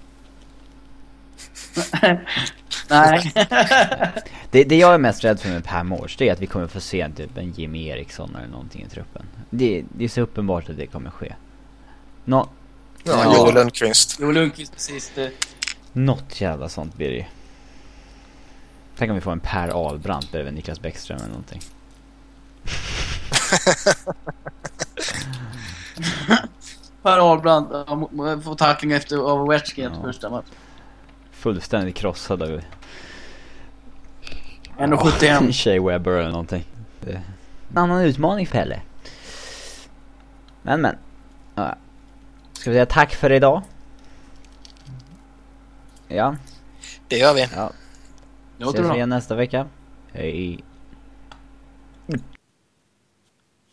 Nej. Det, det jag är mest rädd för med Per Mårts, det är att vi kommer få se typ en Jimmy Eriksson eller någonting i truppen. Det, det är så uppenbart att det kommer ske. Nå, Ja, Ja. Joel Lundqvist. Joel Lundqvist precis. Det. något jävla sånt blir det ju. Tänk om vi får en Per Ahlbrandt bredvid Niklas Bäckström eller någonting. Per Ahlbrand ja, får tackling efter av Westgate Ja. första match. Fullständigt krossad av en komma sjuttioen. Shea Weber eller någonting. Det är en annan utmaning för Helle. Men men. Ja. Ska vi säga tack för idag? Ja. Det gör vi. Ja. Det låter Ses vi bra. igen nästa vecka. Hej.